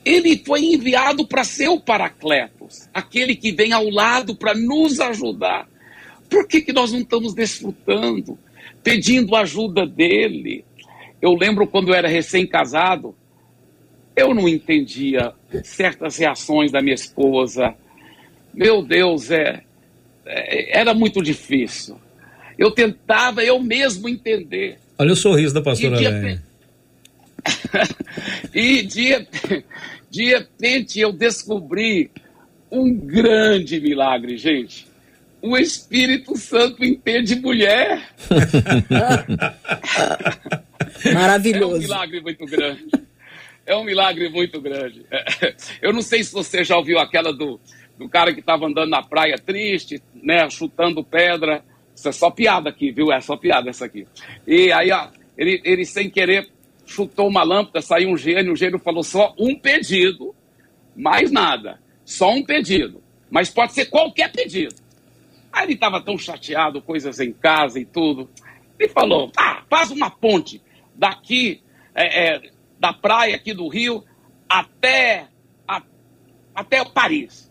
[SPEAKER 7] Ele foi enviado para ser o Paracletos, aquele que vem ao lado para nos ajudar. Por que, que nós não estamos desfrutando, pedindo ajuda dele? Eu lembro quando eu era recém-casado, eu não entendia certas reações da minha esposa. Meu Deus, é, é, era muito difícil. Eu tentava eu mesmo entender.
[SPEAKER 2] Olha o sorriso da pastora
[SPEAKER 7] Lélia. E de, de repente eu descobri um grande milagre, gente. O Espírito Santo entende mulher.
[SPEAKER 5] Maravilhoso.
[SPEAKER 7] É um milagre muito grande. É um milagre muito grande. Eu não sei se você já ouviu aquela do, do cara que estava andando na praia triste, né, chutando pedra. Isso é só piada aqui, viu? É só piada essa aqui. E aí, ó, ele, ele sem querer chutou uma lâmpada, saiu um gênio, o gênio falou só um pedido, mais nada. Só um pedido. Mas pode ser qualquer pedido. Aí ele estava tão chateado, coisas em casa e tudo. Ele falou, ah, faz uma ponte daqui, é, é, da praia aqui do Rio, até, a, até Paris.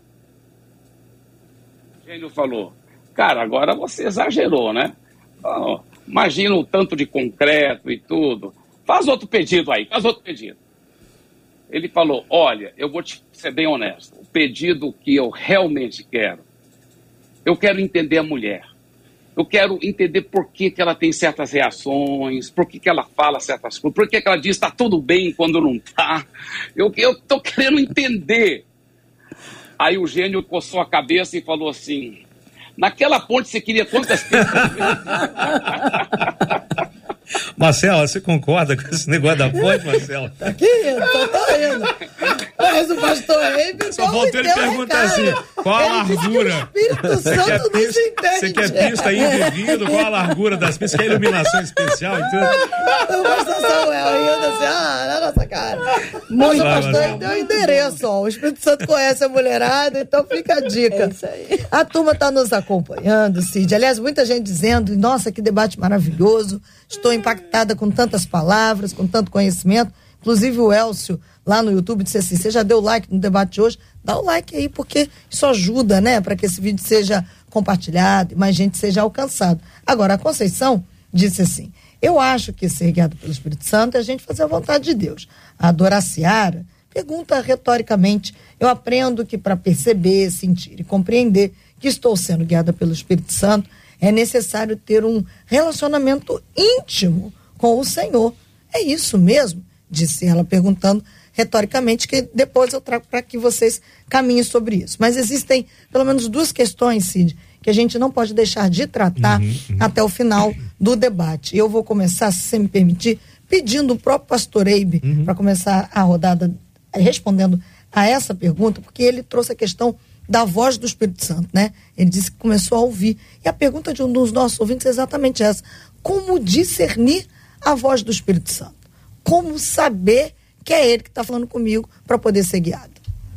[SPEAKER 7] O gênio falou, cara, agora você exagerou, né? Oh, imagina o tanto de concreto e tudo. Faz outro pedido aí, faz outro pedido. Ele falou, olha, eu vou te ser bem honesto. O pedido que eu realmente quero, eu quero entender a mulher. Eu quero entender por que, que ela tem certas reações, por que, que ela fala certas coisas, por que, que ela diz que está tudo bem quando não está. Eu estou querendo entender. Aí o gênio coçou a cabeça e falou assim, naquela ponte você queria quantas pessoas?
[SPEAKER 2] Marcela, você concorda com esse negócio da ponte, Marcela?
[SPEAKER 3] Aqui, eu tô, tô indo. Mas o pastor Eibe...
[SPEAKER 2] Só faltou ele perguntar assim, qual a largura?
[SPEAKER 3] O Espírito Santo não se entende.
[SPEAKER 2] Você quer pista indevido? Qual a largura das pistas? Quer iluminação especial e tudo?
[SPEAKER 3] O pastor Samuel ainda assim, ah, na nossa cara. Mas o pastor deu o endereço, ó. O Espírito Santo conhece a mulherada, então fica a dica.
[SPEAKER 5] É isso aí.
[SPEAKER 3] A turma tá nos acompanhando, Cid. Aliás, muita gente dizendo, nossa, que debate maravilhoso. Estou impactada com tantas palavras, com tanto conhecimento. Inclusive o Elcio, lá no YouTube, disse assim, você já deu like no debate de hoje? Dá o like aí, porque isso ajuda, né? Para que esse vídeo seja compartilhado e mais gente seja alcançado. Agora, a Conceição disse assim, eu acho que ser guiado pelo Espírito Santo é a gente fazer a vontade de Deus. A Doraciara pergunta retoricamente, eu aprendo que para perceber, sentir e compreender que estou sendo guiada pelo Espírito Santo, é necessário ter um relacionamento íntimo com o Senhor. É isso mesmo? Disse ela, perguntando retoricamente, que depois eu trago para que vocês caminhem sobre isso. Mas existem pelo menos duas questões, Cid, que a gente não pode deixar de tratar uhum, uhum. até o final do debate. E eu vou começar, se você me permitir, pedindo o próprio pastor Eibe uhum. para começar a rodada respondendo a essa pergunta, porque ele trouxe a questão da voz do Espírito Santo, né? Ele disse que começou a ouvir. E a pergunta de um dos nossos ouvintes é exatamente essa. Como discernir a voz do Espírito Santo? Como saber que é ele que está falando comigo para poder ser guiado?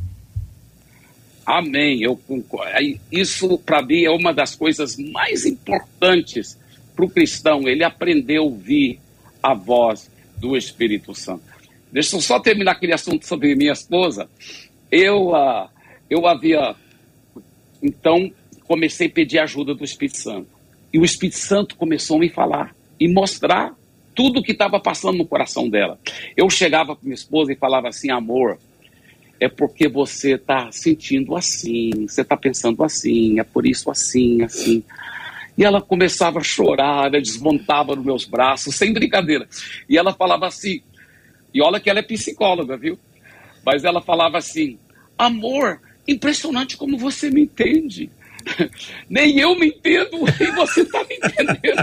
[SPEAKER 7] Amém. Eu concordo. Isso, para mim, é uma das coisas mais importantes para o cristão. Ele aprender a ouvir a voz do Espírito Santo. Deixa eu só terminar aquele assunto sobre minha esposa. Eu... Uh, Eu havia, então, comecei a pedir ajuda do Espírito Santo. E o Espírito Santo começou a me falar e mostrar tudo o que estava passando no coração dela. Eu chegava para minha esposa e falava assim, amor, é porque você está sentindo assim, você está pensando assim, é por isso assim, assim. E ela começava a chorar, ela desmontava nos meus braços, sem brincadeira. E ela falava assim, e olha que ela é psicóloga, viu? Mas ela falava assim, amor, impressionante como você me entende. Nem eu me entendo e você está me entendendo.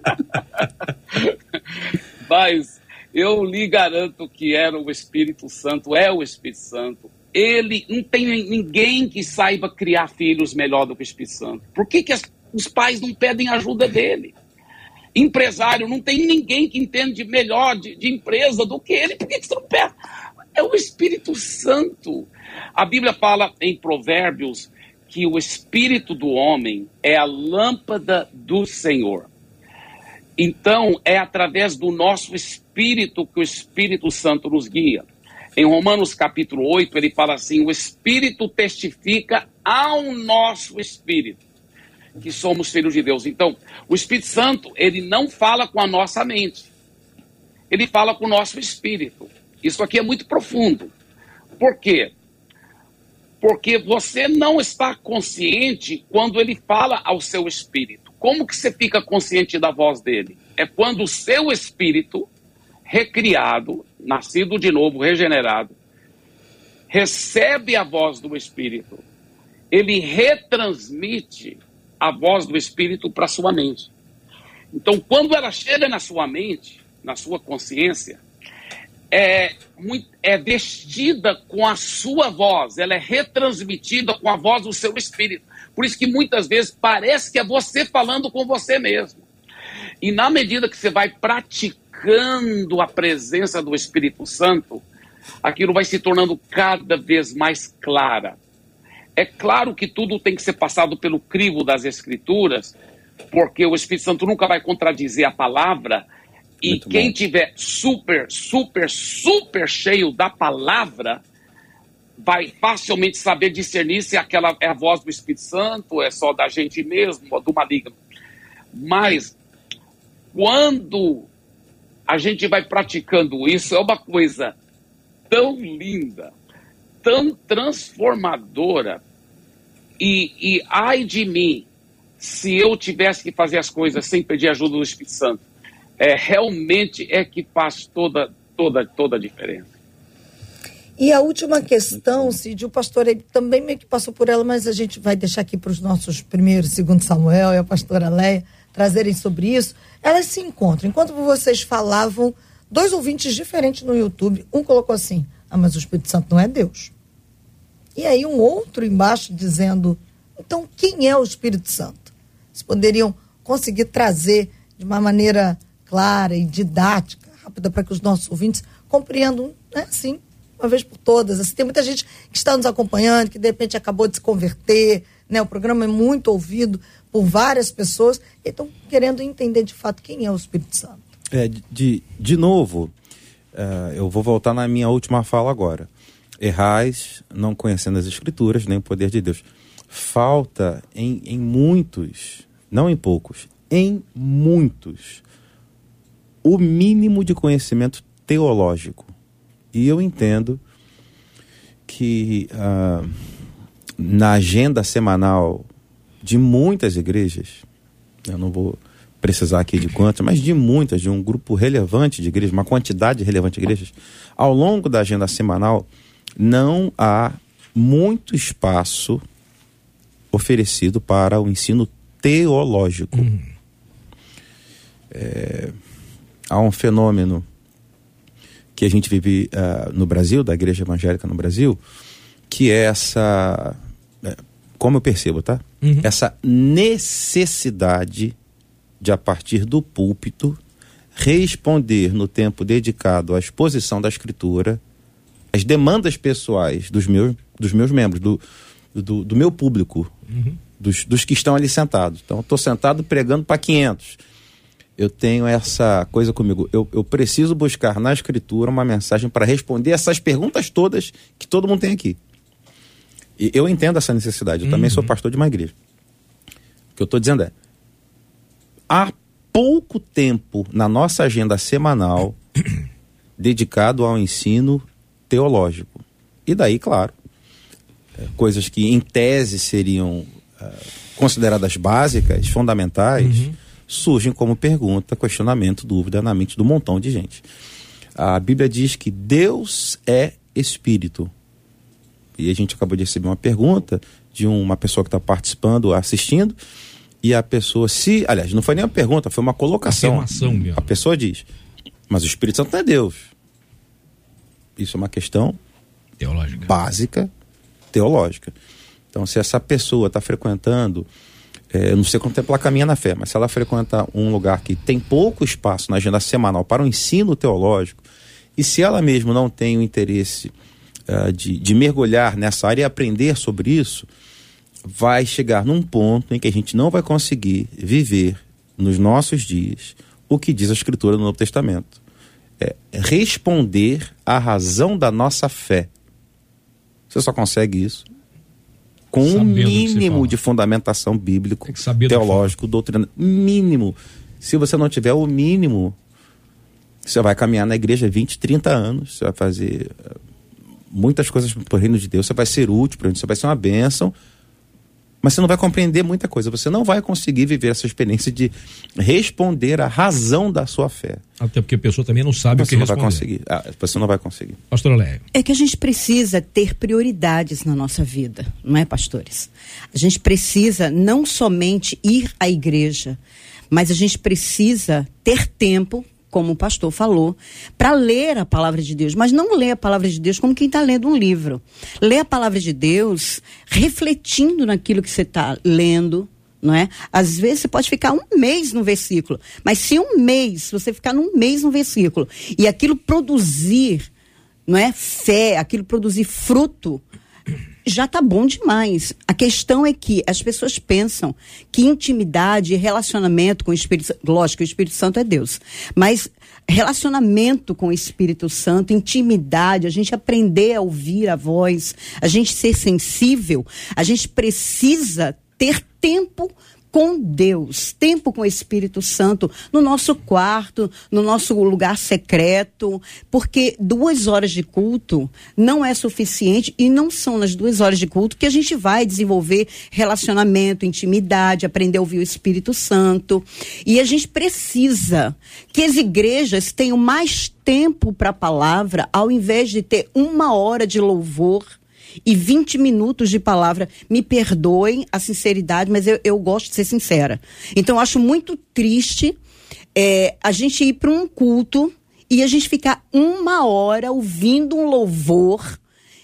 [SPEAKER 7] Mas eu lhe garanto que era o Espírito Santo, é o Espírito Santo. Ele não tem ninguém que saiba criar filhos melhor do que o Espírito Santo. Por que, que as, os pais não pedem ajuda dele? Empresário, não tem ninguém que entende melhor de, de empresa do que ele. Por que, que você não pede? É o Espírito Santo. A Bíblia fala em Provérbios que o espírito do homem é a lâmpada do Senhor. Então, é através do nosso espírito que o Espírito Santo nos guia. Em Romanos capítulo oito, ele fala assim: o Espírito testifica ao nosso espírito que somos filhos de Deus. Então, o Espírito Santo, ele não fala com a nossa mente, ele fala com o nosso espírito. Isso aqui é muito profundo. Por quê? Porque você não está consciente quando ele fala ao seu espírito. Como que você fica consciente da voz dele? É quando o seu espírito, recriado, nascido de novo, regenerado, recebe a voz do espírito. Ele retransmite a voz do espírito para a sua mente. Então, quando ela chega na sua mente, na sua consciência, é, muito, é vestida com a sua voz, ela é retransmitida com a voz do seu espírito. Por isso que muitas vezes parece que é você falando com você mesmo. E na medida que você vai praticando a presença do Espírito Santo, aquilo vai se tornando cada vez mais clara. É claro que tudo tem que ser passado pelo crivo das Escrituras, porque o Espírito Santo nunca vai contradizer a palavra, e muito quem bom. Tiver super, super, super cheio da palavra, vai facilmente saber discernir se aquela é a voz do Espírito Santo, é só da gente mesmo, ou do maligno. Mas, quando a gente vai praticando isso, é uma coisa tão linda, tão transformadora, e, e ai de mim, se eu tivesse que fazer as coisas sem pedir ajuda do Espírito Santo. É, realmente é que faz toda, toda, toda a diferença.
[SPEAKER 3] E a última questão, Cid, o pastor ele também meio que passou por ela, mas a gente vai deixar aqui para os nossos primeiros, segundo Samuel e a pastora Leia trazerem sobre isso. Elas se encontram. Enquanto vocês falavam, dois ouvintes diferentes no YouTube, um colocou assim: ah, mas o Espírito Santo não é Deus. E aí um outro embaixo dizendo: então quem é o Espírito Santo? Vocês poderiam conseguir trazer de uma maneira clara e didática, rápida, para que os nossos ouvintes compreendam, né, assim, uma vez por todas. Assim, tem muita gente que está nos acompanhando, que de repente acabou de se converter, né? O programa é muito ouvido por várias pessoas e estão querendo entender de fato quem é o Espírito Santo.
[SPEAKER 6] É, de, de novo, uh, eu vou voltar na minha última fala agora. Errais, não conhecendo as Escrituras, nem o poder de Deus. Falta em, em muitos, não em poucos, em muitos, o mínimo de conhecimento teológico. E eu entendo que uh, na agenda semanal de muitas igrejas, eu não vou precisar aqui de quantas, mas de muitas, de um grupo relevante de igrejas, uma quantidade relevante de igrejas, ao longo da agenda semanal, não há muito espaço oferecido para o ensino teológico. Uhum. É, há um fenômeno que a gente vive uh, no Brasil, da igreja evangélica no Brasil, que é essa, é, como eu percebo, tá? Uhum. Essa necessidade de, a partir do púlpito, responder no tempo dedicado à exposição da Escritura as demandas pessoais dos meus, dos meus membros, do, do, do meu público, uhum. dos, dos que estão ali sentados. Então, eu estou sentado pregando para quinhentos. Eu tenho essa coisa comigo. Eu, eu preciso buscar na Escritura uma mensagem para responder essas perguntas todas que todo mundo tem aqui. E eu entendo essa necessidade. Eu uhum. também sou pastor de uma igreja. O que eu estou dizendo é: há pouco tempo na nossa agenda semanal dedicado ao ensino teológico. E daí, claro, coisas que em tese seriam uh, consideradas básicas, fundamentais, uhum. surgem como pergunta, questionamento, dúvida na mente do montão de gente. A Bíblia diz que Deus é Espírito. E a gente acabou de receber uma pergunta de uma pessoa que está participando, assistindo, e a pessoa se... Aliás, não foi nem uma pergunta, foi uma colocação. A pessoa diz: mas o Espírito Santo não é Deus. Isso é uma questão teológica, básica, teológica. Então, se essa pessoa está frequentando, é, eu não sei contemplar caminha na fé, mas se ela frequenta um lugar que tem pouco espaço na agenda semanal para o ensino teológico, e se ela mesma não tem o interesse uh, de, de mergulhar nessa área e aprender sobre isso, vai chegar num ponto em que a gente não vai conseguir viver nos nossos dias o que diz a Escritura no Novo Testamento. é, responder à razão da nossa fé. Você só consegue isso com um mínimo de fundamentação bíblico, teológico, doutrinário. Mínimo. Se você não tiver o mínimo, você vai caminhar na igreja vinte, trinta anos, você vai fazer muitas coisas para o reino de Deus, você vai ser útil para o reino, você vai ser uma bênção, mas você não vai compreender muita coisa, você não vai conseguir viver essa experiência de responder à razão da sua fé.
[SPEAKER 2] Até porque a pessoa também não sabe
[SPEAKER 6] você
[SPEAKER 2] o que
[SPEAKER 6] não
[SPEAKER 2] responder.
[SPEAKER 6] Vai conseguir. Ah, você não vai conseguir.
[SPEAKER 2] Pastor Léo.
[SPEAKER 5] É que a gente precisa ter prioridades na nossa vida, não é, pastores? A gente precisa não somente ir à igreja, mas a gente precisa ter tempo, como o pastor falou, para ler a palavra de Deus, mas não ler a palavra de Deus como quem está lendo um livro. Ler a palavra de Deus refletindo naquilo que você está lendo, não é? Às vezes você pode ficar um mês no versículo, mas se um mês, você ficar num mês no versículo, e aquilo produzir, não é? Fé, aquilo produzir fruto, já tá bom demais. A questão é que as pessoas pensam que intimidade e relacionamento com o Espírito Santo, lógico que o Espírito Santo é Deus, mas relacionamento com o Espírito Santo, intimidade, a gente aprender a ouvir a voz, a gente ser sensível, a gente precisa ter tempo com Deus, tempo com o Espírito Santo, no nosso quarto, no nosso lugar secreto, porque duas horas de culto não é suficiente, e não são nas duas horas de culto que a gente vai desenvolver relacionamento, intimidade, aprender a ouvir o Espírito Santo. E a gente precisa que as igrejas tenham mais tempo para a palavra, ao invés de ter uma hora de louvor e vinte minutos de palavra. Me perdoem a sinceridade, mas eu, eu gosto de ser sincera. Então, eu acho muito triste é, a gente ir para um culto e a gente ficar uma hora ouvindo um louvor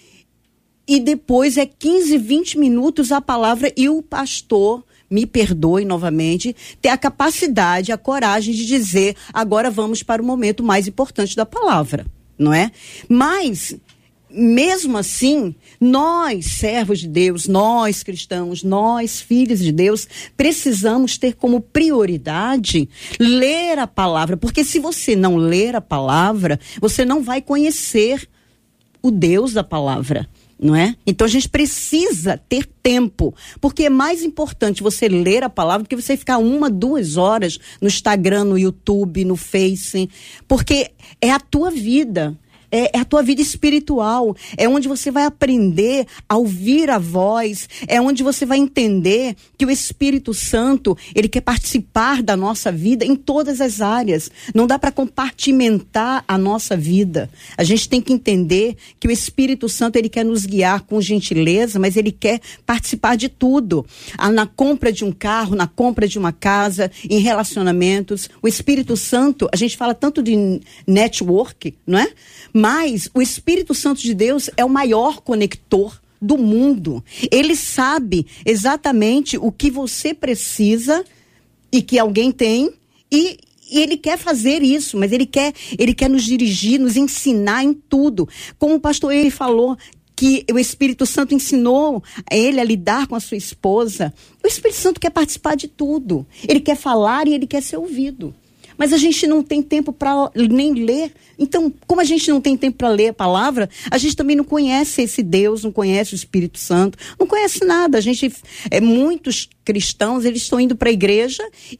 [SPEAKER 5] e depois é quinze, vinte minutos a palavra, e o pastor, me perdoe novamente, ter a capacidade, a coragem de dizer: agora vamos para o momento mais importante da palavra, não é? Mas mesmo assim, nós, servos de Deus, nós cristãos, nós, filhos de Deus, precisamos ter como prioridade ler a palavra, porque se você não ler a palavra, você não vai conhecer o Deus da palavra, não é? Então a gente precisa ter tempo, porque é mais importante você ler a palavra do que você ficar uma, duas horas no Instagram, no YouTube, no Face, porque é a tua vida. É a tua vida espiritual, é onde você vai aprender a ouvir a voz, é onde você vai entender que o Espírito Santo, ele quer participar da nossa vida em todas as áreas. Não dá para compartimentar a nossa vida. A gente tem que entender que o Espírito Santo, ele quer nos guiar com gentileza, mas ele quer participar de tudo. Ah, na compra de um carro, na compra de uma casa, em relacionamentos. O Espírito Santo, a gente fala tanto de network, não é? Mas o Espírito Santo de Deus é o maior conector do mundo. Ele sabe exatamente o que você precisa e que alguém tem, e, e ele quer fazer isso, mas ele quer, ele quer nos dirigir, nos ensinar em tudo. Como o pastor ele falou, que o Espírito Santo ensinou a ele a lidar com a sua esposa. O Espírito Santo quer participar de tudo. Ele quer falar e ele quer ser ouvido. Mas a gente não tem tempo para nem ler. Então, como a gente não tem tempo para ler a palavra, a gente também não conhece esse Deus, não conhece o Espírito Santo, não conhece nada. A gente, é, muitos cristãos, eles estão indo para a igreja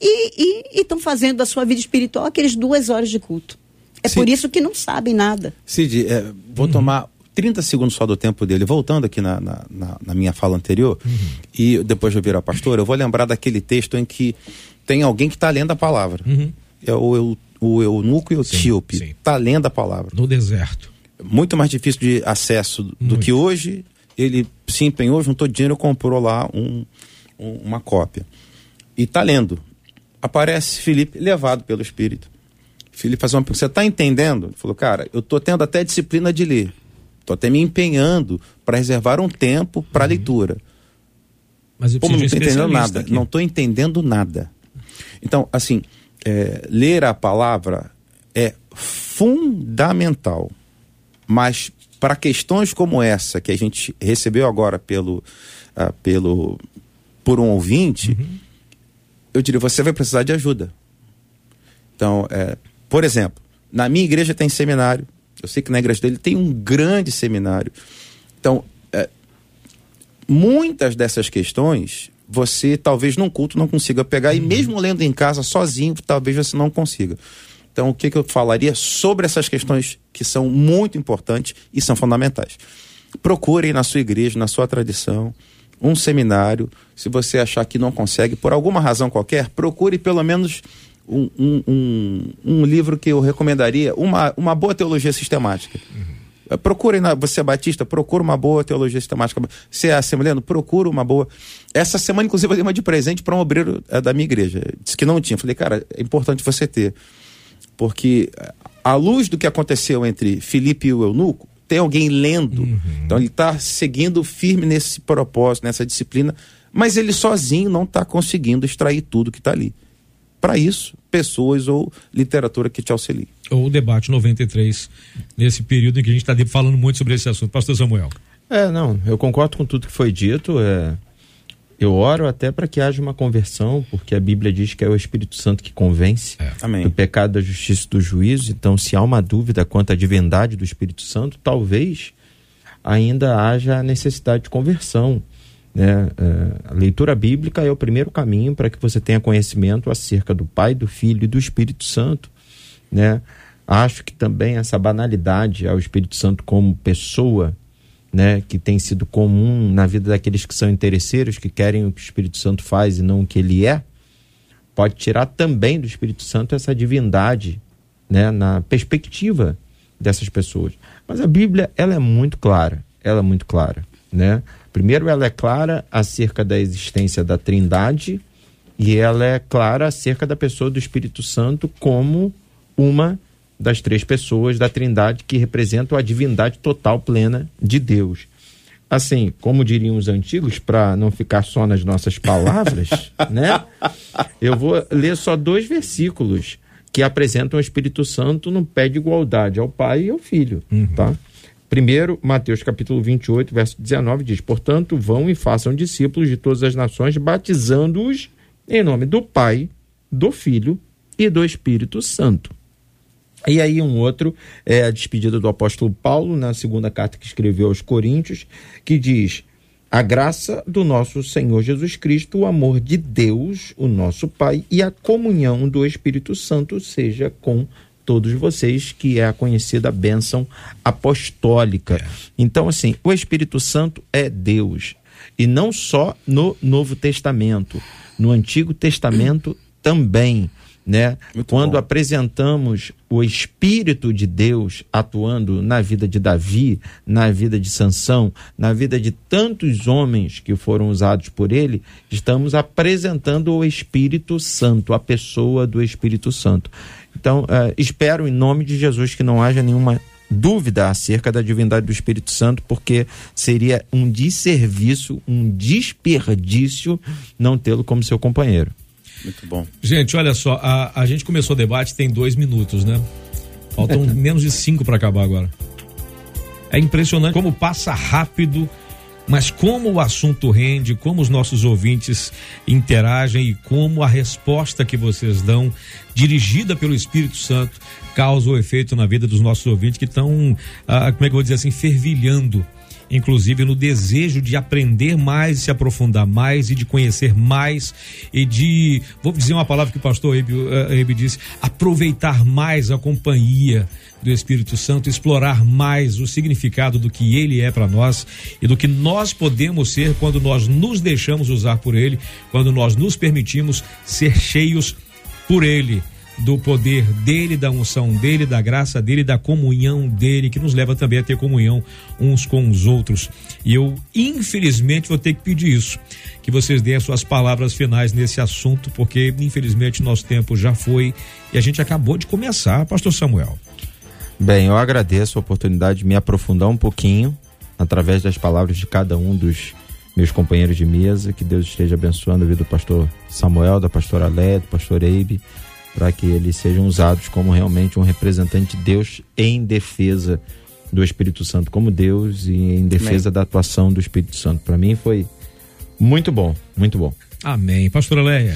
[SPEAKER 5] e estão fazendo da sua vida espiritual aqueles duas horas de culto. É Cid, por isso que não sabem nada.
[SPEAKER 6] Cid, é, vou uhum. tomar trinta segundos só do tempo dele, voltando aqui na, na, na, na minha fala anterior, uhum. e depois de ouvir a pastora, eu vou lembrar daquele texto em que tem alguém que está lendo a palavra. Uhum. É o, o eunuco e o etíope, está lendo a palavra.
[SPEAKER 2] No deserto.
[SPEAKER 6] Muito mais difícil de acesso do Muito. que hoje. Ele se empenhou, juntou dinheiro, comprou lá um, um, uma cópia. E está lendo. Aparece Filipe, levado pelo Espírito. Filipe faz uma pergunta: você está entendendo? Ele falou: cara, eu estou tendo até disciplina de ler. Estou até me empenhando para reservar um tempo para a uhum. leitura.
[SPEAKER 2] Mas eu
[SPEAKER 6] Pô, não estou entendendo nada. Aqui. Não estou entendendo nada. Então, assim... É, ler a palavra é fundamental, mas para questões como essa que a gente recebeu agora pelo, uh, pelo por um ouvinte, uhum. eu diria, você vai precisar de ajuda. Então, é, por exemplo, Na minha igreja tem seminário. Eu sei que na igreja dele tem um grande seminário. Então, é, muitas dessas questões, você talvez num culto não consiga pegar, uhum. e mesmo lendo em casa sozinho, talvez você não consiga. Então, o que, que eu falaria sobre essas questões que são muito importantes e são fundamentais? Procure na sua igreja, na sua tradição, um seminário. Se você achar que não consegue, por alguma razão qualquer, procure pelo menos um, um, um, um livro que eu recomendaria, uma, uma boa teologia sistemática. Uhum. Procure, na, você é batista, procure uma boa teologia sistemática. Você é assembleano, procure uma boa. Essa semana, inclusive, eu dei uma de presente para um obreiro é, da minha igreja. Disse que não tinha. Falei, cara, é importante você ter. Porque, à luz do que aconteceu entre Filipe e o eunuco, tem alguém lendo, uhum. então ele está seguindo firme nesse propósito, nessa disciplina, mas ele sozinho não está conseguindo extrair tudo que está ali. Para isso, pessoas ou literatura que te auxiliem.
[SPEAKER 2] Ou o debate noventa e três, nesse período em que a gente está falando muito sobre esse assunto. Pastor Samuel.
[SPEAKER 4] É, não, eu concordo com tudo que foi dito, é... Eu oro até para que haja uma conversão, porque a Bíblia diz que é o Espírito Santo que convence
[SPEAKER 6] é.
[SPEAKER 4] do pecado, da justiça e do juízo. Então, se há uma dúvida quanto à divindade do Espírito Santo, talvez ainda haja a necessidade de conversão, né? É, a leitura bíblica é o primeiro caminho para que você tenha conhecimento acerca do Pai, do Filho e do Espírito Santo, né? Acho que também essa banalidade ao Espírito Santo como pessoa, né, que tem sido comum na vida daqueles que são interesseiros, que querem o que o Espírito Santo faz e não o que ele é, pode tirar também do Espírito Santo essa divindade, né, na perspectiva dessas pessoas. Mas a Bíblia, ela é muito clara, ela é muito clara, né? Primeiro, ela é clara acerca da existência da Trindade e ela é clara acerca da pessoa do Espírito Santo como uma das três pessoas da Trindade que representam a divindade total, plena de Deus. Assim, como diriam os antigos, para não ficar só nas nossas palavras, né? Eu vou ler só dois versículos que apresentam o Espírito Santo no pé de igualdade ao Pai e ao Filho, uhum. tá? Primeiro, Mateus capítulo vinte e oito, verso dezenove, diz: portanto, vão e façam discípulos de todas as nações, batizando-os em nome do Pai, do Filho e do Espírito Santo. E aí um outro é a despedida do apóstolo Paulo, na segunda carta que escreveu aos Coríntios, que diz: a graça do nosso Senhor Jesus Cristo, o amor de Deus, o nosso Pai, e a comunhão do Espírito Santo seja com todos vocês, que é a conhecida bênção apostólica. É. Então, assim, o Espírito Santo é Deus. E não só no Novo Testamento, no Antigo Testamento também. Né? Quando bom. apresentamos o Espírito de Deus atuando na vida de Davi, na vida de Sansão, na vida de tantos homens que foram usados por ele, estamos apresentando o Espírito Santo, a pessoa do Espírito Santo. Então, uh, espero em nome de Jesus que não haja nenhuma dúvida acerca da divindade do Espírito Santo, porque seria um desserviço, um desperdício não tê-lo como seu companheiro.
[SPEAKER 6] Muito bom.
[SPEAKER 2] Gente, olha só, a, a gente começou o debate tem dois minutos, né? Faltam menos de cinco para acabar agora. É impressionante como passa rápido, mas como o assunto rende, como os nossos ouvintes interagem e como a resposta que vocês dão, dirigida pelo Espírito Santo, causa o efeito na vida dos nossos ouvintes que estão, ah, como é que eu vou dizer assim, fervilhando, inclusive no desejo de aprender mais, se aprofundar mais e de conhecer mais e de, vou dizer uma palavra que o pastor Eibe, uh, Eibe disse, aproveitar mais a companhia do Espírito Santo, explorar mais o significado do que ele é para nós e do que nós podemos ser quando nós nos deixamos usar por ele, quando nós nos permitimos ser cheios por ele, do poder dele, da unção dele, da graça dele, da comunhão dele, que nos leva também a ter comunhão uns com os outros. E eu, infelizmente, vou ter que pedir isso, que vocês deem as suas palavras finais nesse assunto, porque, infelizmente, nosso tempo já foi e a gente acabou de começar, pastor Samuel.
[SPEAKER 4] Bem, eu agradeço a oportunidade de me aprofundar um pouquinho através das palavras de cada um dos meus companheiros de mesa. Que Deus esteja abençoando a vida do pastor Samuel, da pastora Lé, do pastor Eibe, para que eles sejam usados como realmente um representante de Deus em defesa do Espírito Santo como Deus e em defesa Amém. Da atuação do Espírito Santo. Para mim foi muito bom, muito bom.
[SPEAKER 2] Amém. Pastora Leia.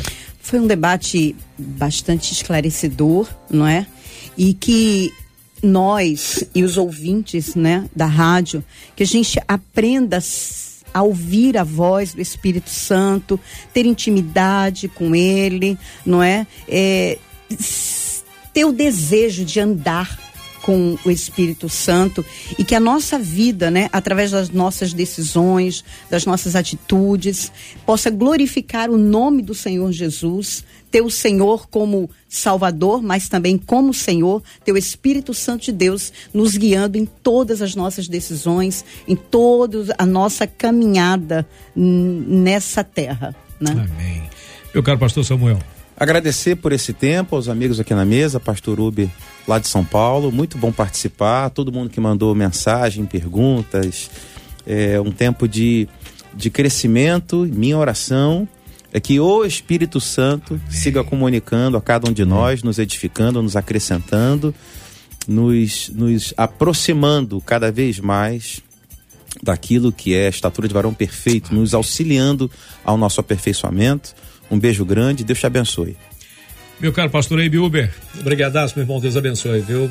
[SPEAKER 5] Foi um debate bastante esclarecedor, não é? E que nós e os ouvintes, né, da rádio, que a gente aprenda a ouvir a voz do Espírito Santo, ter intimidade com ele, não é? É ter o desejo de andar com o Espírito Santo e que a nossa vida, né, através das nossas decisões, das nossas atitudes, possa glorificar o nome do Senhor Jesus, ter o Senhor como Salvador, mas também como Senhor, ter o Espírito Santo de Deus nos guiando em todas as nossas decisões, em toda a nossa caminhada nessa terra, né?
[SPEAKER 2] Amém. Meu caro pastor Samuel.
[SPEAKER 6] Agradecer por esse tempo aos amigos aqui na mesa, pastor Uber lá de São Paulo, muito bom participar, todo mundo que mandou mensagem, perguntas, é um tempo de, de crescimento. Minha oração é que o Espírito Santo Amém. Siga comunicando a cada um de nós, nos edificando, nos acrescentando, nos, nos aproximando cada vez mais daquilo que é a estatura de varão perfeito, nos auxiliando ao nosso aperfeiçoamento. Um beijo grande, Deus te abençoe.
[SPEAKER 2] Meu caro pastor Eibe Uber, obrigadaço, meu irmão, Deus abençoe, viu?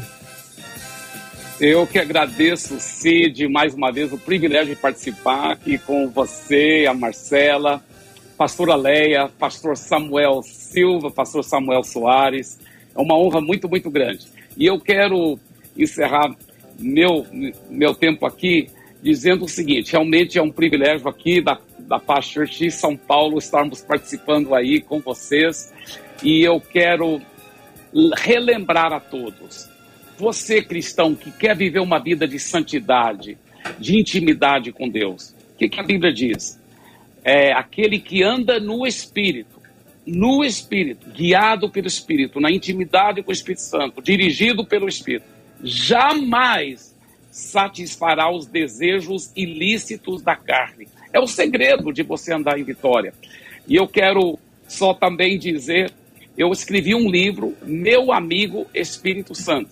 [SPEAKER 7] Eu que agradeço, Cid, mais uma vez o privilégio de participar aqui com você, a Marcela, pastora Leia, pastor Samuel Silva, pastor Samuel Soares. É uma honra muito, muito grande. E eu quero encerrar meu, meu tempo aqui dizendo o seguinte: realmente é um privilégio aqui da, da Paz Church de São Paulo estarmos participando aí com vocês, e eu quero relembrar a todos, você cristão que quer viver uma vida de santidade, de intimidade com Deus, o que, que a Bíblia diz? É aquele que anda no Espírito, no Espírito, guiado pelo Espírito, na intimidade com o Espírito Santo, dirigido pelo Espírito, jamais satisfará os desejos ilícitos da carne. É o segredo de você andar em vitória. E eu quero só também dizer, eu escrevi um livro, Meu Amigo Espírito Santo.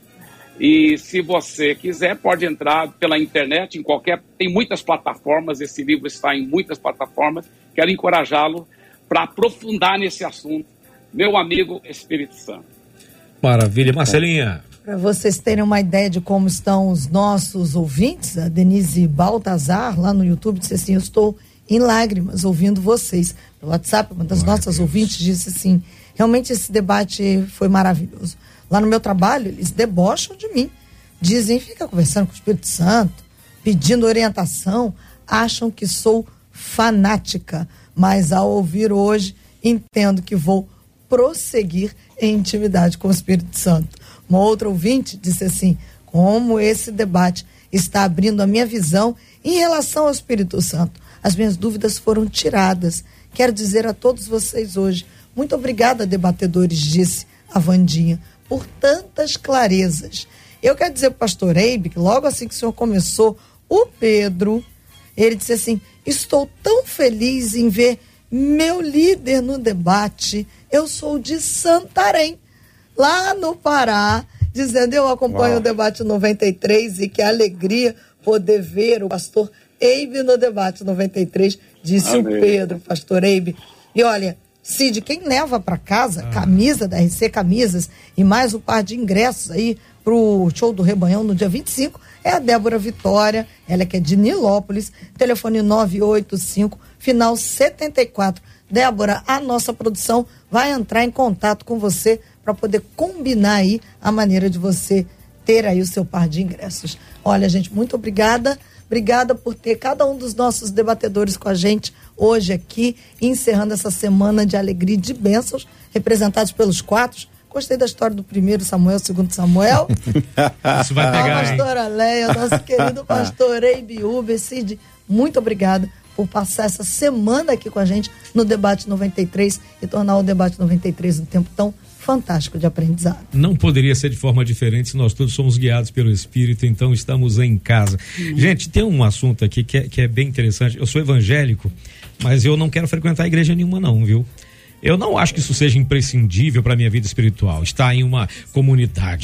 [SPEAKER 7] E se você quiser, pode entrar pela internet, em qualquer, tem muitas plataformas, esse livro está em muitas plataformas. Quero encorajá-lo para aprofundar nesse assunto, Meu Amigo Espírito Santo.
[SPEAKER 2] Maravilha. Marcelinha.
[SPEAKER 3] Para vocês terem uma ideia de como estão os nossos ouvintes, a Denise Baltazar, lá no YouTube, disse assim: eu estou em lágrimas ouvindo vocês. Pelo WhatsApp, uma das
[SPEAKER 2] Glória
[SPEAKER 3] nossas ouvintes disse assim: realmente esse debate foi maravilhoso. Lá no meu trabalho, eles debocham de mim. Dizem, fica conversando com o Espírito Santo, pedindo orientação, acham que sou fanática. Mas ao ouvir hoje, entendo que vou prosseguir em intimidade com o Espírito Santo. Uma outra ouvinte disse assim: como esse debate está abrindo a minha visão em relação ao Espírito Santo. As minhas dúvidas foram tiradas. Quero dizer a todos vocês hoje, muito obrigada, debatedores, disse a Vandinha, por tantas clarezas. Eu quero dizer para o pastor Eibe, que logo assim que o senhor começou, o Pedro, ele disse assim: estou tão feliz em ver meu líder no debate. Eu sou de Santarém, lá no Pará, dizendo, eu acompanho Uau. o debate noventa e três e que alegria poder ver o pastor Eibe no debate noventa e três, disse Amém. o Pedro, pastor Eibe. E olha, Cid, quem leva para casa ah. camisa da R C Camisas e mais um par de ingressos aí pro show do Rebanhão no dia vinte e cinco é a Débora Vitória, ela que é de Nilópolis, telefone nove oito cinco, final setenta e quatro. Débora, a nossa produção vai entrar em contato com você para poder combinar aí a maneira de você ter aí o seu par de ingressos. Olha, gente, muito obrigada. Obrigada por ter cada um dos nossos debatedores com a gente hoje aqui, encerrando essa semana de alegria e de bênçãos, representados pelos quatro. Gostei da história do primeiro Samuel, segundo Samuel.
[SPEAKER 2] Isso vai pegar,
[SPEAKER 3] a pastora Leia, nosso querido pastor Eibe Uber. Cid, muito obrigada por passar essa semana aqui com a gente no Debate noventa e três e tornar o Debate noventa e três um tempo tão fantástico de aprendizado.
[SPEAKER 2] Não poderia ser de forma diferente se nós todos somos guiados pelo Espírito, então estamos em casa. Uhum. Gente, tem um assunto aqui que é, que é bem interessante. Eu sou evangélico, mas eu não quero frequentar igreja nenhuma não, viu? Eu não acho que isso seja imprescindível para a minha vida espiritual, estar em uma comunidade.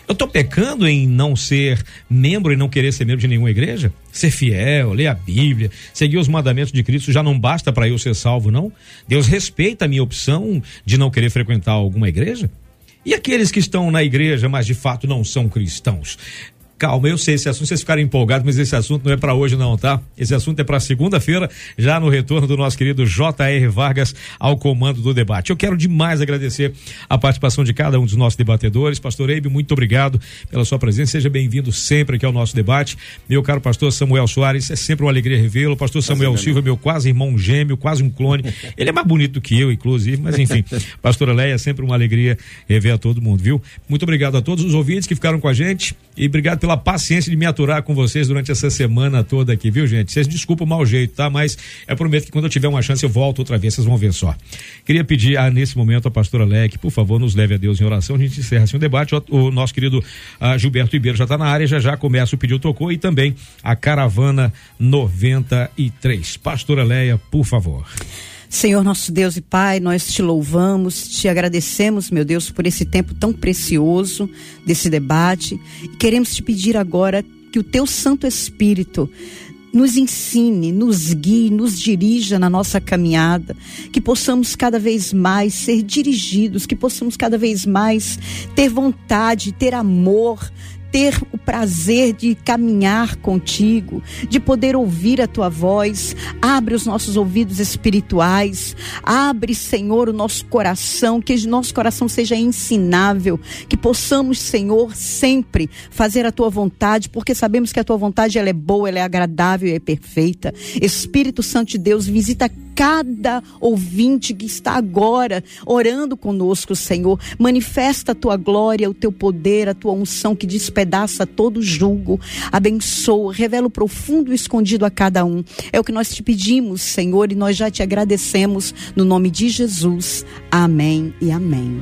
[SPEAKER 2] Eu estou pecando em não ser membro e não querer ser membro de nenhuma igreja? Ser fiel, ler a Bíblia, seguir os mandamentos de Cristo já não basta para eu ser salvo, não? Deus respeita a minha opção de não querer frequentar alguma igreja? E aqueles que estão na igreja, mas de fato não são cristãos? Calma, eu sei esse assunto, vocês ficarem empolgados, mas esse assunto não é para hoje não, tá? Esse assunto é para segunda-feira, já no retorno do nosso querido J R Vargas ao comando do debate. Eu quero demais agradecer a participação de cada um dos nossos debatedores. Pastor Eibe, muito obrigado pela sua presença, seja bem-vindo sempre aqui ao nosso debate. Meu caro pastor Samuel Soares, é sempre uma alegria revê-lo. Pastor Samuel Quase Silva, meu quase irmão gêmeo, quase um clone. Ele é mais bonito do que eu, inclusive, mas enfim. Pastora Leia, é sempre uma alegria rever a todo mundo, viu? Muito obrigado a todos os ouvintes que ficaram com a gente e obrigado pela paciência de me aturar com vocês durante essa semana toda aqui, viu, gente? Vocês desculpam o mau jeito, tá? Mas eu prometo que quando eu tiver uma chance eu volto outra vez, vocês vão ver só. Queria pedir a, nesse momento a pastora Leia que, por favor, nos leve a Deus em oração. A gente encerra assim o debate. O, o nosso querido uh, Gilberto Ribeiro já está na área, já já começa o Pediu Tocou e também a Caravana noventa e três. Pastora Leia, por favor.
[SPEAKER 5] Senhor nosso Deus e Pai, nós te louvamos, te agradecemos, meu Deus, por esse tempo tão precioso desse debate. E queremos te pedir agora que o teu Santo Espírito nos ensine, nos guie, nos dirija na nossa caminhada, que possamos cada vez mais ser dirigidos, que possamos cada vez mais ter vontade, ter amor, ter o prazer de caminhar contigo, de poder ouvir a tua voz. Abre os nossos ouvidos espirituais, abre, Senhor, o nosso coração, que o nosso coração seja ensinável, que possamos, Senhor, sempre fazer a tua vontade, porque sabemos que a tua vontade ela é boa, ela é agradável e é perfeita. Espírito Santo de Deus, visita cada ouvinte que está agora orando conosco, Senhor. Manifesta a tua glória, o teu poder, a tua unção que despedaça todo julgo. Abençoa, revela o profundo e escondido a cada um. É o que nós te pedimos, Senhor, e nós já te agradecemos no nome de Jesus. Amém e amém.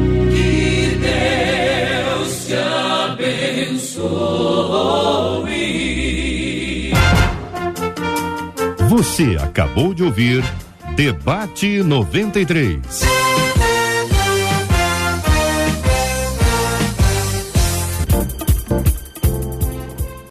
[SPEAKER 8] Que Deus te abençoe.
[SPEAKER 1] Você acabou de ouvir Debate noventa e três.